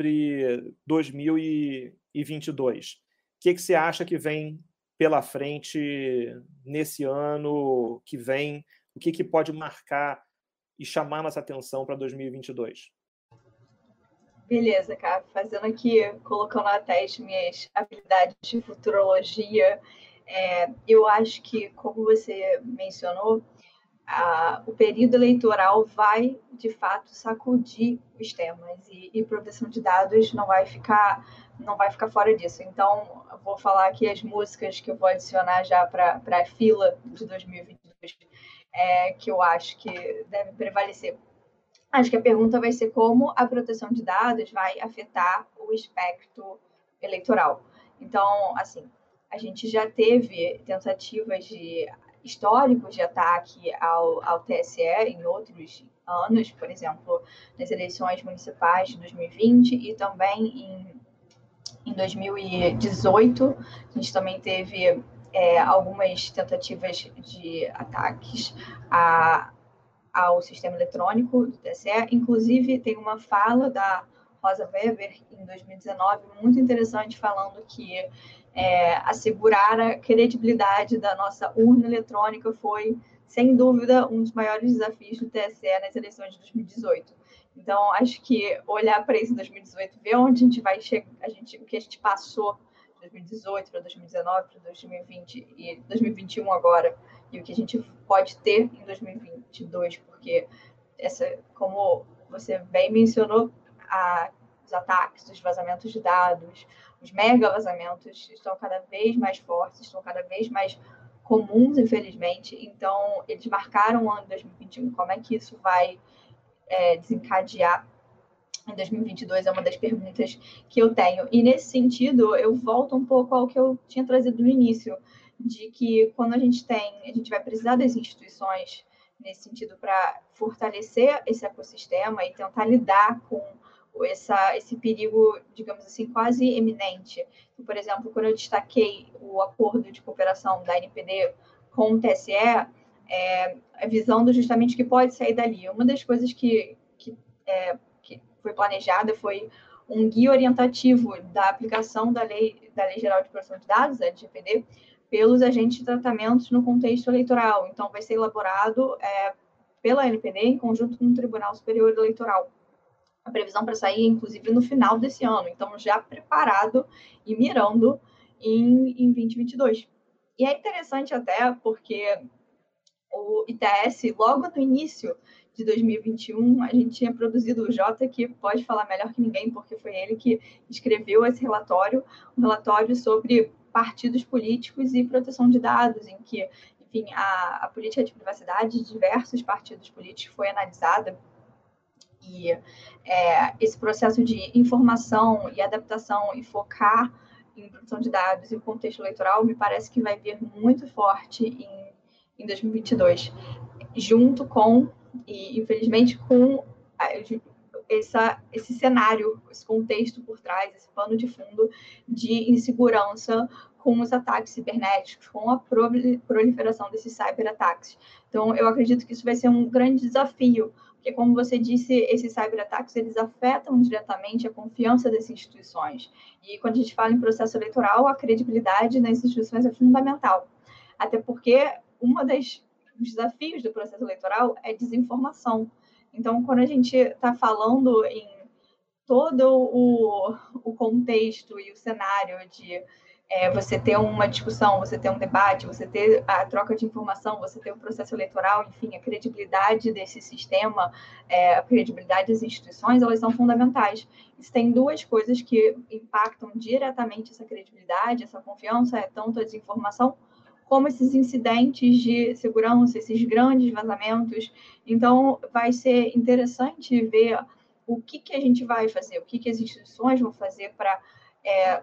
sobre dois mil e vinte e dois. O que, que você acha que vem pela frente nesse ano que vem? O que, que pode marcar e chamar nossa atenção para dois mil e vinte e dois? Beleza, cara. Fazendo aqui, colocando a teste minhas habilidades de futurologia, é, eu acho que, como você mencionou, A, o período eleitoral vai, de fato, sacudir os temas e, e proteção de dados não vai ficar, não vai ficar fora disso. Então, eu vou falar aqui as músicas que eu vou adicionar já para a fila de dois mil e vinte e dois, é, que eu acho que deve prevalecer. Acho que a pergunta vai ser como a proteção de dados vai afetar o espectro eleitoral. Então, assim, a gente já teve tentativas de históricos de ataque ao, ao T S E em outros anos, por exemplo, nas eleições municipais de dois mil e vinte e também em, em dois mil e dezoito. A gente também teve é, algumas tentativas de ataques a, ao sistema eletrônico do T S E. Inclusive, tem uma fala da Rosa Weber, em dois mil e dezenove, muito interessante, falando que É, assegurar a credibilidade da nossa urna eletrônica foi, sem dúvida, um dos maiores desafios do T S E nas eleições de dois mil e dezoito. Então, acho que olhar para isso em dois mil e dezoito, ver onde a gente vai chegar, a gente, o que a gente passou de dois mil e dezoito para dois mil e dezenove, para dois mil e vinte e dois mil e vinte e um agora, e o que a gente pode ter em dois mil e vinte e dois, porque, essa, como você bem mencionou, a, os ataques, os vazamentos de dados, os mega vazamentos estão cada vez mais fortes, estão cada vez mais comuns, infelizmente. Então, eles marcaram o ano de dois mil e vinte e um. Como é que isso vai é, desencadear em dois mil e vinte e dois? É uma das perguntas que eu tenho. E, nesse sentido, eu volto um pouco ao que eu tinha trazido no início, de que quando a gente tem, a gente vai precisar das instituições nesse sentido para fortalecer esse ecossistema e tentar lidar com essa, esse perigo, digamos assim, quase iminente. Então, por exemplo, quando eu destaquei o acordo de cooperação da N P D com o T S E, é, visando justamente o que pode sair dali. Uma das coisas que, que, é, que foi planejada foi um guia orientativo da aplicação da Lei, da Lei Geral de Proteção de Dados, a L G P D, pelos agentes de tratamentos no contexto eleitoral. Então, vai ser elaborado é, pela N P D em conjunto com o Tribunal Superior Eleitoral. A previsão para sair, inclusive, no final desse ano. Então, já preparado e mirando em, em dois mil e vinte e dois. E é interessante até porque o I T S, logo no início de dois mil e vinte e um, a gente tinha produzido, o Jota, que pode falar melhor que ninguém, porque foi ele que escreveu esse relatório, um relatório sobre partidos políticos e proteção de dados, em que, enfim, a, a política de privacidade de diversos partidos políticos foi analisada. E é, esse processo de informação e adaptação e focar em produção de dados e contexto eleitoral me parece que vai vir muito forte em, em dois mil e vinte e dois, junto com, e infelizmente, com a, essa, esse cenário, esse contexto por trás, esse pano de fundo de insegurança com os ataques cibernéticos, com a proliferação desses cyberataques. Então, eu acredito que isso vai ser um grande desafio, porque, como você disse, esses cyberataques, eles afetam diretamente a confiança das instituições. E quando a gente fala em processo eleitoral, a credibilidade das instituições é fundamental. Até porque uma das dos desafios do processo eleitoral é desinformação. Então, quando a gente está falando em todo o, o contexto e o cenário de é, você ter uma discussão, você ter um debate, você ter a troca de informação, você ter o processo eleitoral, enfim, a credibilidade desse sistema, é, a credibilidade das instituições, elas são fundamentais. Isso tem duas coisas que impactam diretamente essa credibilidade, essa confiança, é tanto a desinformação como esses incidentes de segurança, esses grandes vazamentos. Então, vai ser interessante ver o que, que a gente vai fazer, o que, que as instituições vão fazer para... É,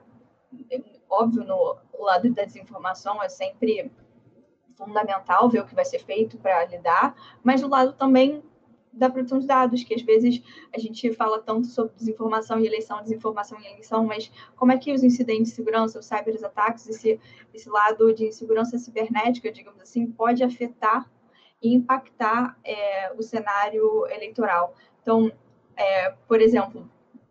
óbvio, no lado da desinformação é sempre fundamental ver o que vai ser feito para lidar, mas do lado também da produção de dados, que às vezes a gente fala tanto sobre desinformação e eleição, desinformação e eleição, mas como é que os incidentes de segurança, os cyberataques, esse, esse lado de insegurança cibernética, digamos assim, pode afetar e impactar é, o cenário eleitoral. Então, é, por exemplo,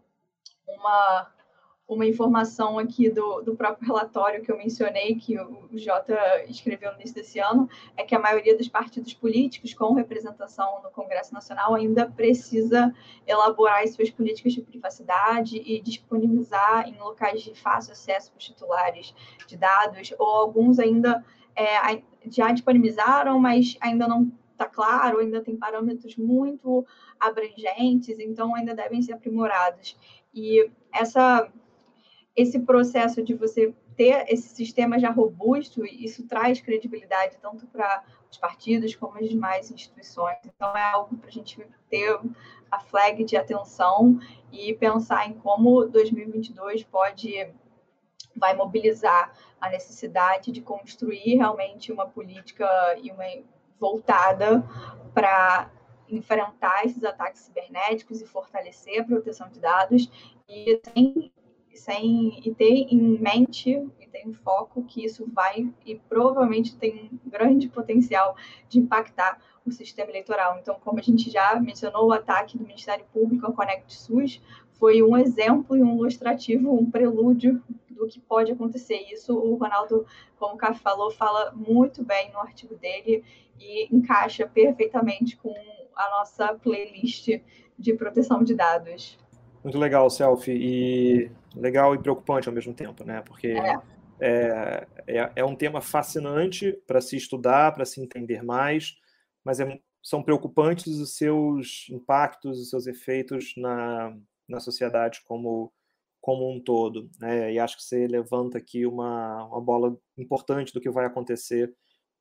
uma... uma informação aqui do, do próprio relatório que eu mencionei, que o Jota escreveu no início desse ano, é que a maioria dos partidos políticos com representação no Congresso Nacional ainda precisa elaborar as suas políticas de privacidade e disponibilizar em locais de fácil acesso para os titulares de dados, ou alguns ainda é, já disponibilizaram, mas ainda não está claro, ainda tem parâmetros muito abrangentes, então ainda devem ser aprimorados. E essa... esse processo de você ter esse sistema já robusto, isso traz credibilidade tanto para os partidos como as demais instituições. Então, é algo para a gente ter a flag de atenção e pensar em como dois mil e vinte e dois pode, vai mobilizar a necessidade de construir realmente uma política e uma, voltada para enfrentar esses ataques cibernéticos e fortalecer a proteção de dados e tem sem e ter em mente e ter em foco que isso vai e provavelmente tem um grande potencial de impactar o sistema eleitoral. Então, como a gente já mencionou, o ataque do Ministério Público ao Conect SUS foi um exemplo e um ilustrativo, um prelúdio do que pode acontecer. Isso o Ronaldo, como o Caf falou, fala muito bem no artigo dele e encaixa perfeitamente com a nossa playlist de proteção de dados. Muito legal, Selfie, e legal e preocupante ao mesmo tempo, né? Porque é, é, é, é um tema fascinante para se estudar, para se entender mais, mas é, são preocupantes os seus impactos, os seus efeitos na, na sociedade como, como um todo, né? E acho que você levanta aqui uma, uma bola importante do que vai acontecer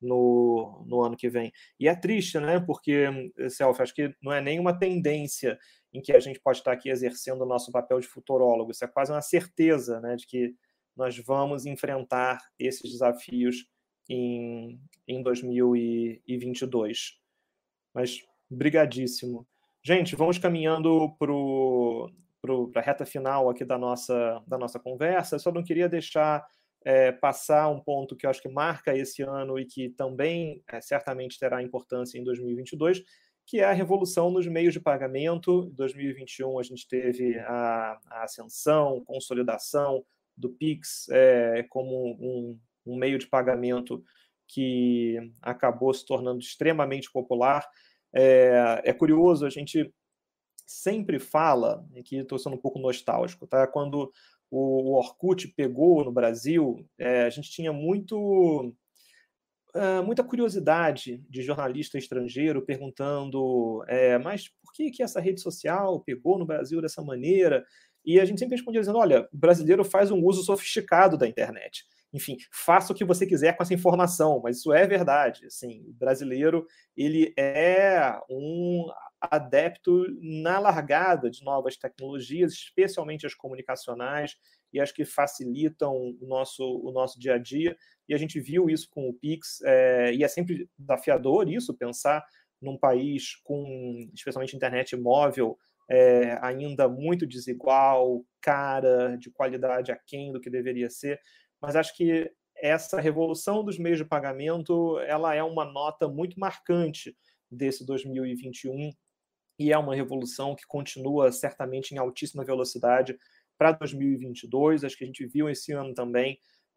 no, no ano que vem. E é triste, né? Porque, Self, acho que não é nenhuma tendência em que a gente pode estar aqui exercendo o nosso papel de futurólogo. Isso é quase uma certeza, né, de que nós vamos enfrentar esses desafios em, em dois mil e vinte e dois. Mas, brigadíssimo. Gente, vamos caminhando para a reta final aqui da nossa, da nossa conversa. Eu só não queria deixar é, passar um ponto que eu acho que marca esse ano e que também é, certamente terá importância em dois mil e vinte e dois, que é a revolução nos meios de pagamento. Em dois mil e vinte e um, a gente teve a, a ascensão, consolidação do Pix é, como um, um meio de pagamento que acabou se tornando extremamente popular. É, é curioso, a gente sempre fala, aqui estou sendo um pouco nostálgico, tá? Quando o, o Orkut pegou no Brasil, é, a gente tinha muito... Uh, muita curiosidade de jornalista estrangeiro perguntando é, mas por que, que essa rede social pegou no Brasil dessa maneira? E a gente sempre respondia dizendo, olha, o brasileiro faz um uso sofisticado da internet. Enfim, faça o que você quiser com essa informação, mas isso é verdade. Assim, o brasileiro ele é um adepto na largada de novas tecnologias, especialmente as comunicacionais, e as que facilitam o nosso, o nosso dia a dia. E a gente viu isso com o Pix, é, e é sempre desafiador isso, pensar num país com, especialmente, internet móvel, é, ainda muito desigual, cara, de qualidade aquém do que deveria ser. Mas acho que essa revolução dos meios de pagamento ela é uma nota muito marcante desse dois mil e vinte e um, e é uma revolução que continua certamente em altíssima velocidade para dois mil e vinte e dois. Acho que a gente viu esse ano também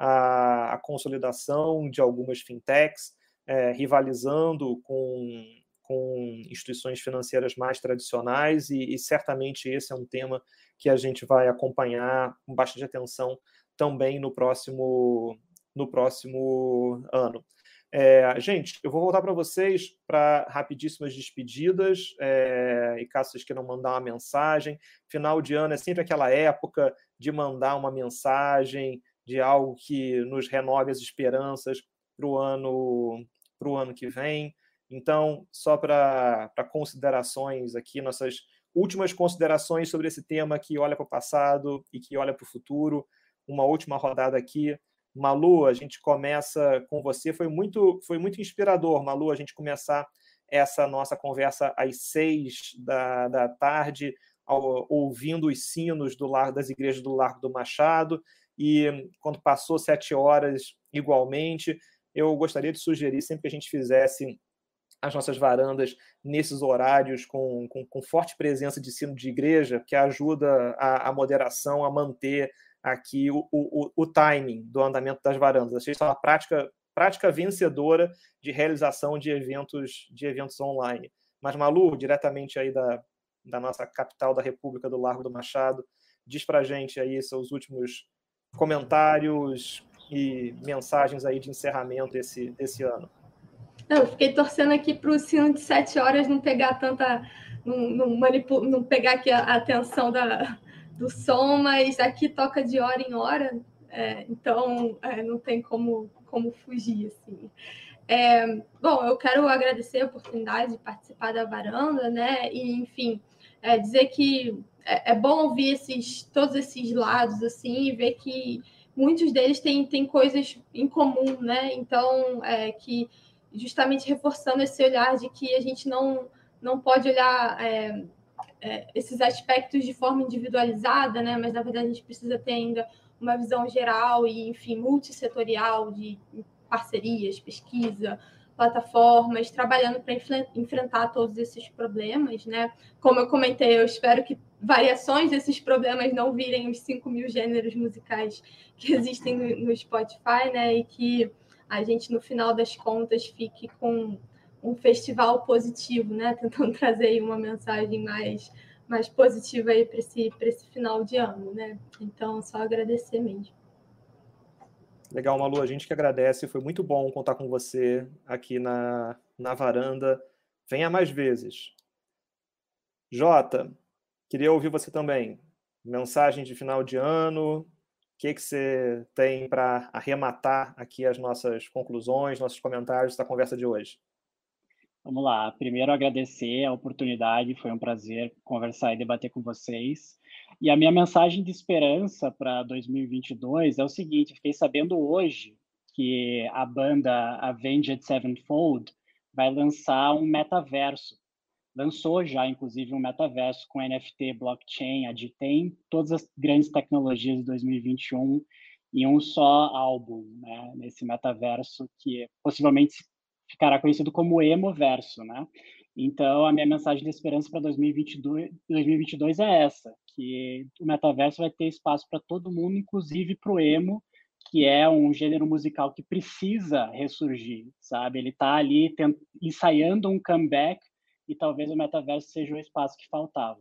a, a consolidação de algumas fintechs, é, rivalizando com, com instituições financeiras mais tradicionais, e, e certamente esse é um tema que a gente vai acompanhar com bastante atenção também no próximo, no próximo ano. É, gente, eu vou voltar para vocês para rapidíssimas despedidas, é, e caso vocês queiram mandar uma mensagem. Final de ano é sempre aquela época de mandar uma mensagem de algo que nos renove as esperanças para o ano, pro ano que vem. Então, só para considerações aqui, nossas últimas considerações sobre esse tema que olha para o passado e que olha para o futuro. Uma última rodada aqui. Malu, a gente começa com você. Foi muito, foi muito inspirador, Malu, a gente começar essa nossa conversa às seis da, da tarde, ao, ouvindo os sinos do lar, das igrejas do Largo do Machado, e quando passou sete horas, igualmente, eu gostaria de sugerir sempre que a gente fizesse as nossas varandas nesses horários com, com, com forte presença de sino de igreja, que ajuda a, a moderação a manter aqui o, o, o timing do andamento das varandas. Achei isso uma prática, prática vencedora de realização de eventos, de eventos online. Mas, Malu, diretamente aí da, da nossa capital da República do Largo do Machado, diz para a gente aí seus últimos comentários e mensagens aí de encerramento esse, desse ano. Eu fiquei torcendo aqui para o sino de sete horas não pegar tanta... não, não, manipul... não pegar aqui a atenção da... do som, mas aqui toca de hora em hora, é, então é, não tem como, como fugir, assim. É, bom, eu quero agradecer a oportunidade de participar da varanda, né, e, enfim, é, dizer que é, é bom ouvir esses, todos esses lados, assim, e ver que muitos deles têm, têm coisas em comum, né, então, é, que justamente reforçando esse olhar de que a gente não, não pode olhar... É, É, esses aspectos de forma individualizada, né? Mas na verdade a gente precisa ter ainda uma visão geral e, enfim, multissetorial de parcerias, pesquisa, plataformas, trabalhando para enfrentar todos esses problemas, né? Como eu comentei, eu espero que variações desses problemas não virem os cinco mil gêneros musicais que existem no, no Spotify, né? E que a gente, no final das contas, fique com um festival positivo, né? Tentando trazer aí uma mensagem mais, mais positiva aí para esse, para esse final de ano, né? Então, só agradecer mesmo. Legal, Malu, a gente que agradece. Foi muito bom contar com você aqui na, na varanda. Venha mais vezes. Jota, queria ouvir você também. Mensagem de final de ano, que, que você tem para arrematar aqui as nossas conclusões, nossos comentários da conversa de hoje? Vamos lá. Primeiro, agradecer a oportunidade. Foi um prazer conversar e debater com vocês. E a minha mensagem de esperança para dois mil e vinte e dois é o seguinte: fiquei sabendo hoje que a banda Avenged Sevenfold vai lançar um metaverso. Lançou já, inclusive, um metaverso com N F T, blockchain, adtem, todas as grandes tecnologias de dois mil e vinte e um em um só álbum, né? Nesse metaverso que possivelmente ficará conhecido como Emoverso, né? Então, a minha mensagem de esperança para dois mil e vinte e dois, dois mil e vinte e dois é essa, que o metaverso vai ter espaço para todo mundo, inclusive para o emo, que é um gênero musical que precisa ressurgir, sabe? Ele está ali tent... ensaiando um comeback, e talvez o metaverso seja o espaço que faltava.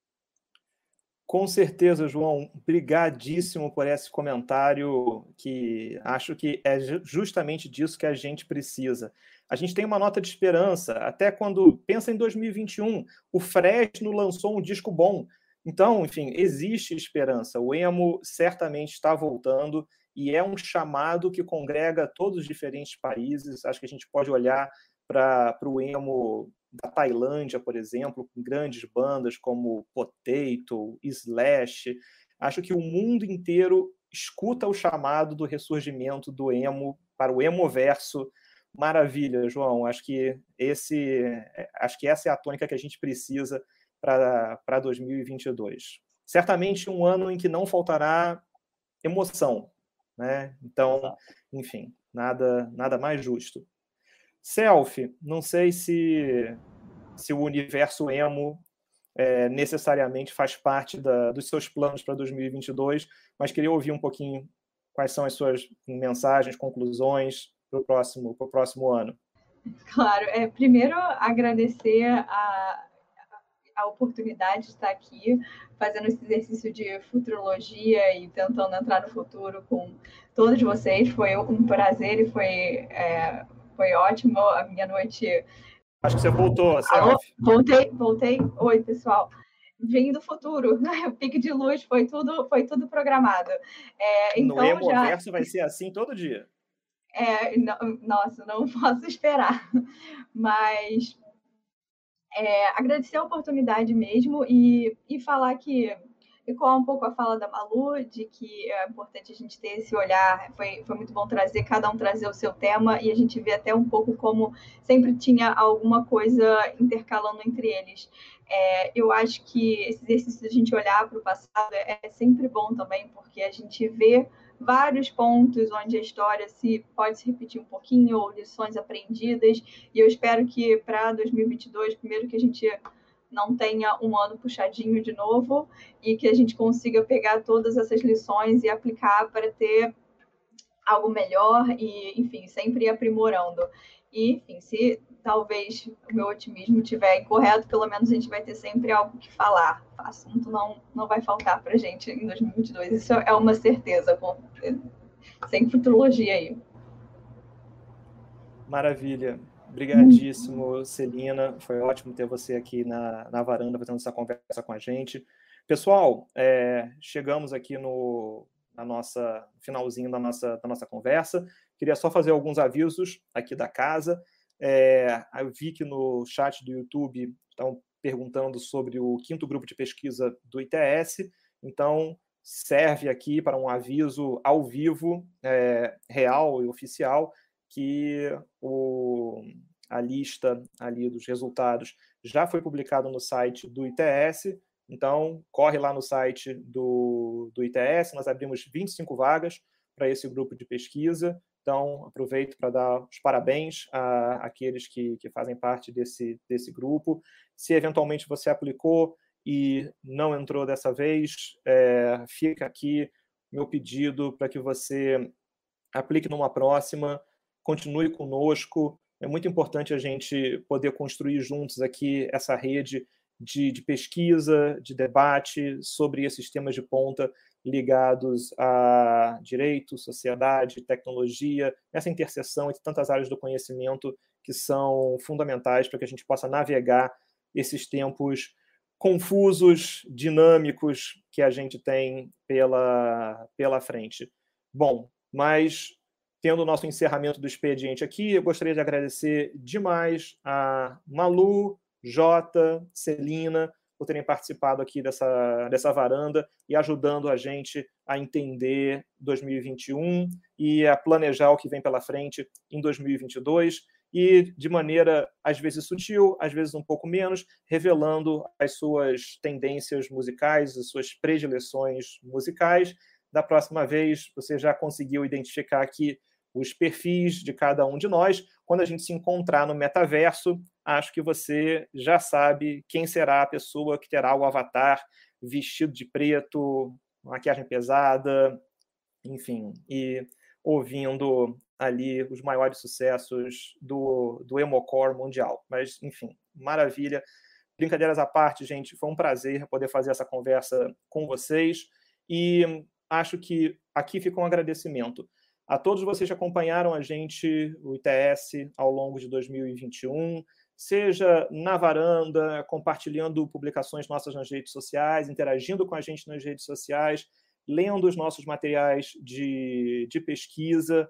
Com certeza, João. Brigadíssimo por esse comentário, que acho que é justamente disso que a gente precisa. A gente tem uma nota de esperança, até quando pensa em dois mil e vinte e um, o Fresno lançou um disco bom. Então, enfim, existe esperança. O emo certamente está voltando e é um chamado que congrega todos os diferentes países. Acho que a gente pode olhar para o emo da Tailândia, por exemplo, com grandes bandas como Potato, Slash. Acho que o mundo inteiro escuta o chamado do ressurgimento do emo para o emoverso. Maravilha, João. Acho que, esse, acho que essa é a tônica que a gente precisa para dois mil e vinte e dois. Certamente um ano em que não faltará emoção, né? Então, enfim, nada, nada mais justo. Selfie, não sei se, se o universo emo é, necessariamente faz parte da, dos seus planos para dois mil e vinte e dois, mas queria ouvir um pouquinho quais são as suas mensagens, conclusões para o próximo, pro próximo ano. Claro, é, primeiro agradecer a, a oportunidade de estar aqui fazendo esse exercício de futurologia e tentando entrar no futuro com todos vocês. Foi um prazer e foi... É, Foi ótimo a minha noite. Acho que você voltou, Alô? Voltei, voltei. Oi, pessoal. Vim do futuro. O pique de luz foi tudo, foi tudo programado. É, então, no Emoverso já... vai ser assim todo dia. É, não, nossa, não posso esperar. Mas é, agradecer a oportunidade mesmo e, e falar que ecoar um pouco a fala da Malu, de que é importante a gente ter esse olhar, foi, foi muito bom trazer, cada um trazer o seu tema, e a gente vê até um pouco como sempre tinha alguma coisa intercalando entre eles. É, eu acho que esse exercício de a gente olhar para o passado é, é sempre bom também, porque a gente vê vários pontos onde a história se pode se repetir um pouquinho, ou lições aprendidas, e eu espero que para dois mil e vinte e dois, primeiro que a gente não tenha um ano puxadinho de novo e que a gente consiga pegar todas essas lições e aplicar para ter algo melhor e, enfim, sempre ir aprimorando. E, enfim, se talvez o meu otimismo estiver incorreto, pelo menos a gente vai ter sempre algo que falar. O assunto não, não vai faltar para a gente em dois mil e vinte e dois. Isso é uma certeza, sem futurologia aí. Maravilha. Obrigadíssimo, Celina. Foi ótimo ter você aqui na, na varanda fazendo essa conversa com a gente. Pessoal, é, chegamos aqui no na nossa, finalzinho da nossa, da nossa conversa. Queria só fazer alguns avisos aqui da casa. É, eu vi que no chat do YouTube estão perguntando sobre o quinto grupo de pesquisa do I T S. Então, serve aqui para um aviso ao vivo, é, real e oficial, que o, a lista ali dos resultados já foi publicada no site do I T S. Então, corre lá no site do, do I T S, nós abrimos vinte e cinco vagas para esse grupo de pesquisa. Então, aproveito para dar os parabéns a, àqueles que, que fazem parte desse, desse grupo. Se eventualmente você aplicou e não entrou dessa vez, é, fica aqui meu pedido para que você aplique numa próxima, continue conosco. É muito importante a gente poder construir juntos aqui essa rede de, de pesquisa, de debate sobre esses temas de ponta ligados a direito, sociedade, tecnologia, essa interseção entre tantas áreas do conhecimento que são fundamentais para que a gente possa navegar esses tempos confusos, dinâmicos que a gente tem pela, pela frente. Bom, mas tendo o nosso encerramento do expediente aqui, eu gostaria de agradecer demais a Malu, Jota, Celina, por terem participado aqui dessa, dessa varanda e ajudando a gente a entender dois mil e vinte e um e a planejar o que vem pela frente em dois mil e vinte e dois, e de maneira, às vezes, sutil, às vezes um pouco menos, revelando as suas tendências musicais, as suas predileções musicais. Da próxima vez, você já conseguiu identificar aqui os perfis de cada um de nós. Quando a gente se encontrar no metaverso, acho que você já sabe quem será a pessoa que terá o avatar vestido de preto, maquiagem pesada, enfim, e ouvindo ali os maiores sucessos do, do emocore mundial. Mas, enfim, maravilha. Brincadeiras à parte, gente, foi um prazer poder fazer essa conversa com vocês e acho que aqui fica um agradecimento a todos vocês que acompanharam a gente, o I T S, ao longo de dois mil e vinte e um, seja na varanda, compartilhando publicações nossas nas redes sociais, interagindo com a gente nas redes sociais, lendo os nossos materiais de, de pesquisa.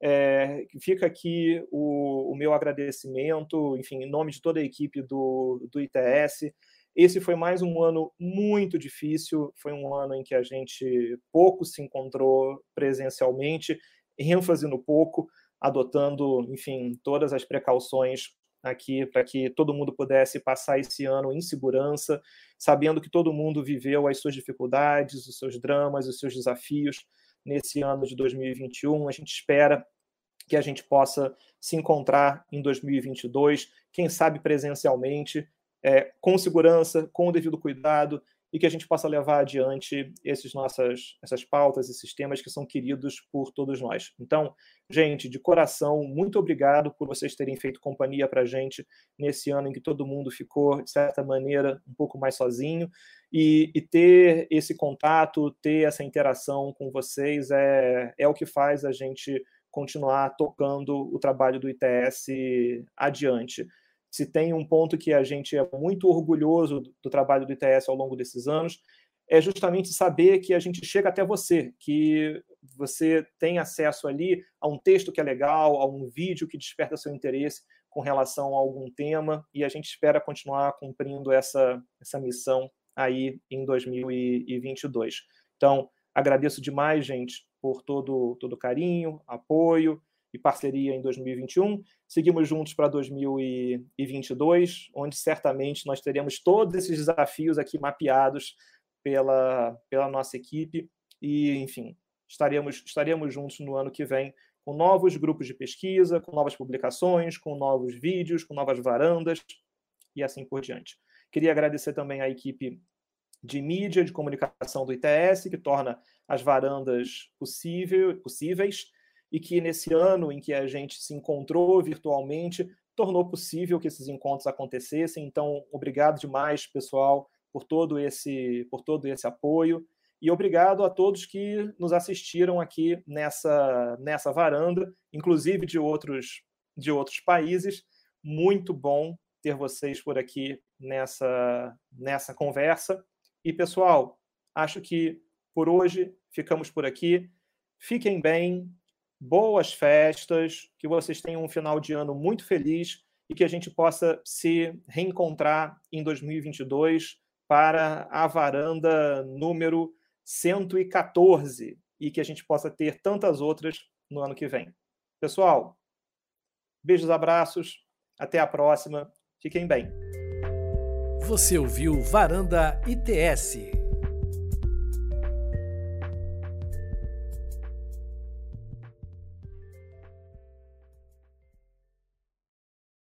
É, fica aqui o, o meu agradecimento, enfim, em nome de toda a equipe do, do I T S. Esse foi mais um ano muito difícil, foi um ano em que a gente pouco se encontrou presencialmente, ênfase no pouco, adotando, enfim, todas as precauções aqui para que todo mundo pudesse passar esse ano em segurança, sabendo que todo mundo viveu as suas dificuldades, os seus dramas, os seus desafios nesse ano de dois mil e vinte e um. A gente espera que a gente possa se encontrar em dois mil e vinte e dois, quem sabe presencialmente, é, com segurança, com o devido cuidado, e que a gente possa levar adiante esses nossas, essas pautas e sistemas que são queridos por todos nós. Então, gente, de coração, muito obrigado por vocês terem feito companhia para a gente nesse ano em que todo mundo ficou, de certa maneira, um pouco mais sozinho, e, e ter esse contato, ter essa interação com vocês é, é o que faz a gente continuar tocando o trabalho do I T S adiante. Se tem um ponto que a gente é muito orgulhoso do trabalho do I T S ao longo desses anos, é justamente saber que a gente chega até você, que você tem acesso ali a um texto que é legal, a um vídeo que desperta seu interesse com relação a algum tema, e a gente espera continuar cumprindo essa, essa missão aí em dois mil e vinte e dois. Então, agradeço demais, gente, por todo todo carinho, apoio e parceria em dois mil e vinte e um. Seguimos juntos para dois mil e vinte e dois, onde certamente nós teremos todos esses desafios aqui mapeados pela, pela nossa equipe e, enfim, estaremos, estaremos juntos no ano que vem com novos grupos de pesquisa, com novas publicações, com novos vídeos, com novas varandas e assim por diante. Queria agradecer também à equipe de mídia, de comunicação do I T S, que torna as varandas possível, possíveis, e que nesse ano em que a gente se encontrou virtualmente, tornou possível que esses encontros acontecessem. Então, obrigado demais, pessoal, por todo esse, por todo esse apoio, e obrigado a todos que nos assistiram aqui nessa, nessa varanda, inclusive de outros, de outros países. Muito bom ter vocês por aqui nessa, nessa conversa. E, pessoal, acho que por hoje ficamos por aqui. Fiquem bem, boas festas, que vocês tenham um final de ano muito feliz e que a gente possa se reencontrar em dois mil e vinte e dois para a varanda número cento e quatorze e que a gente possa ter tantas outras no ano que vem. Pessoal, beijos, abraços, até a próxima, fiquem bem. Você ouviu Varanda I T S.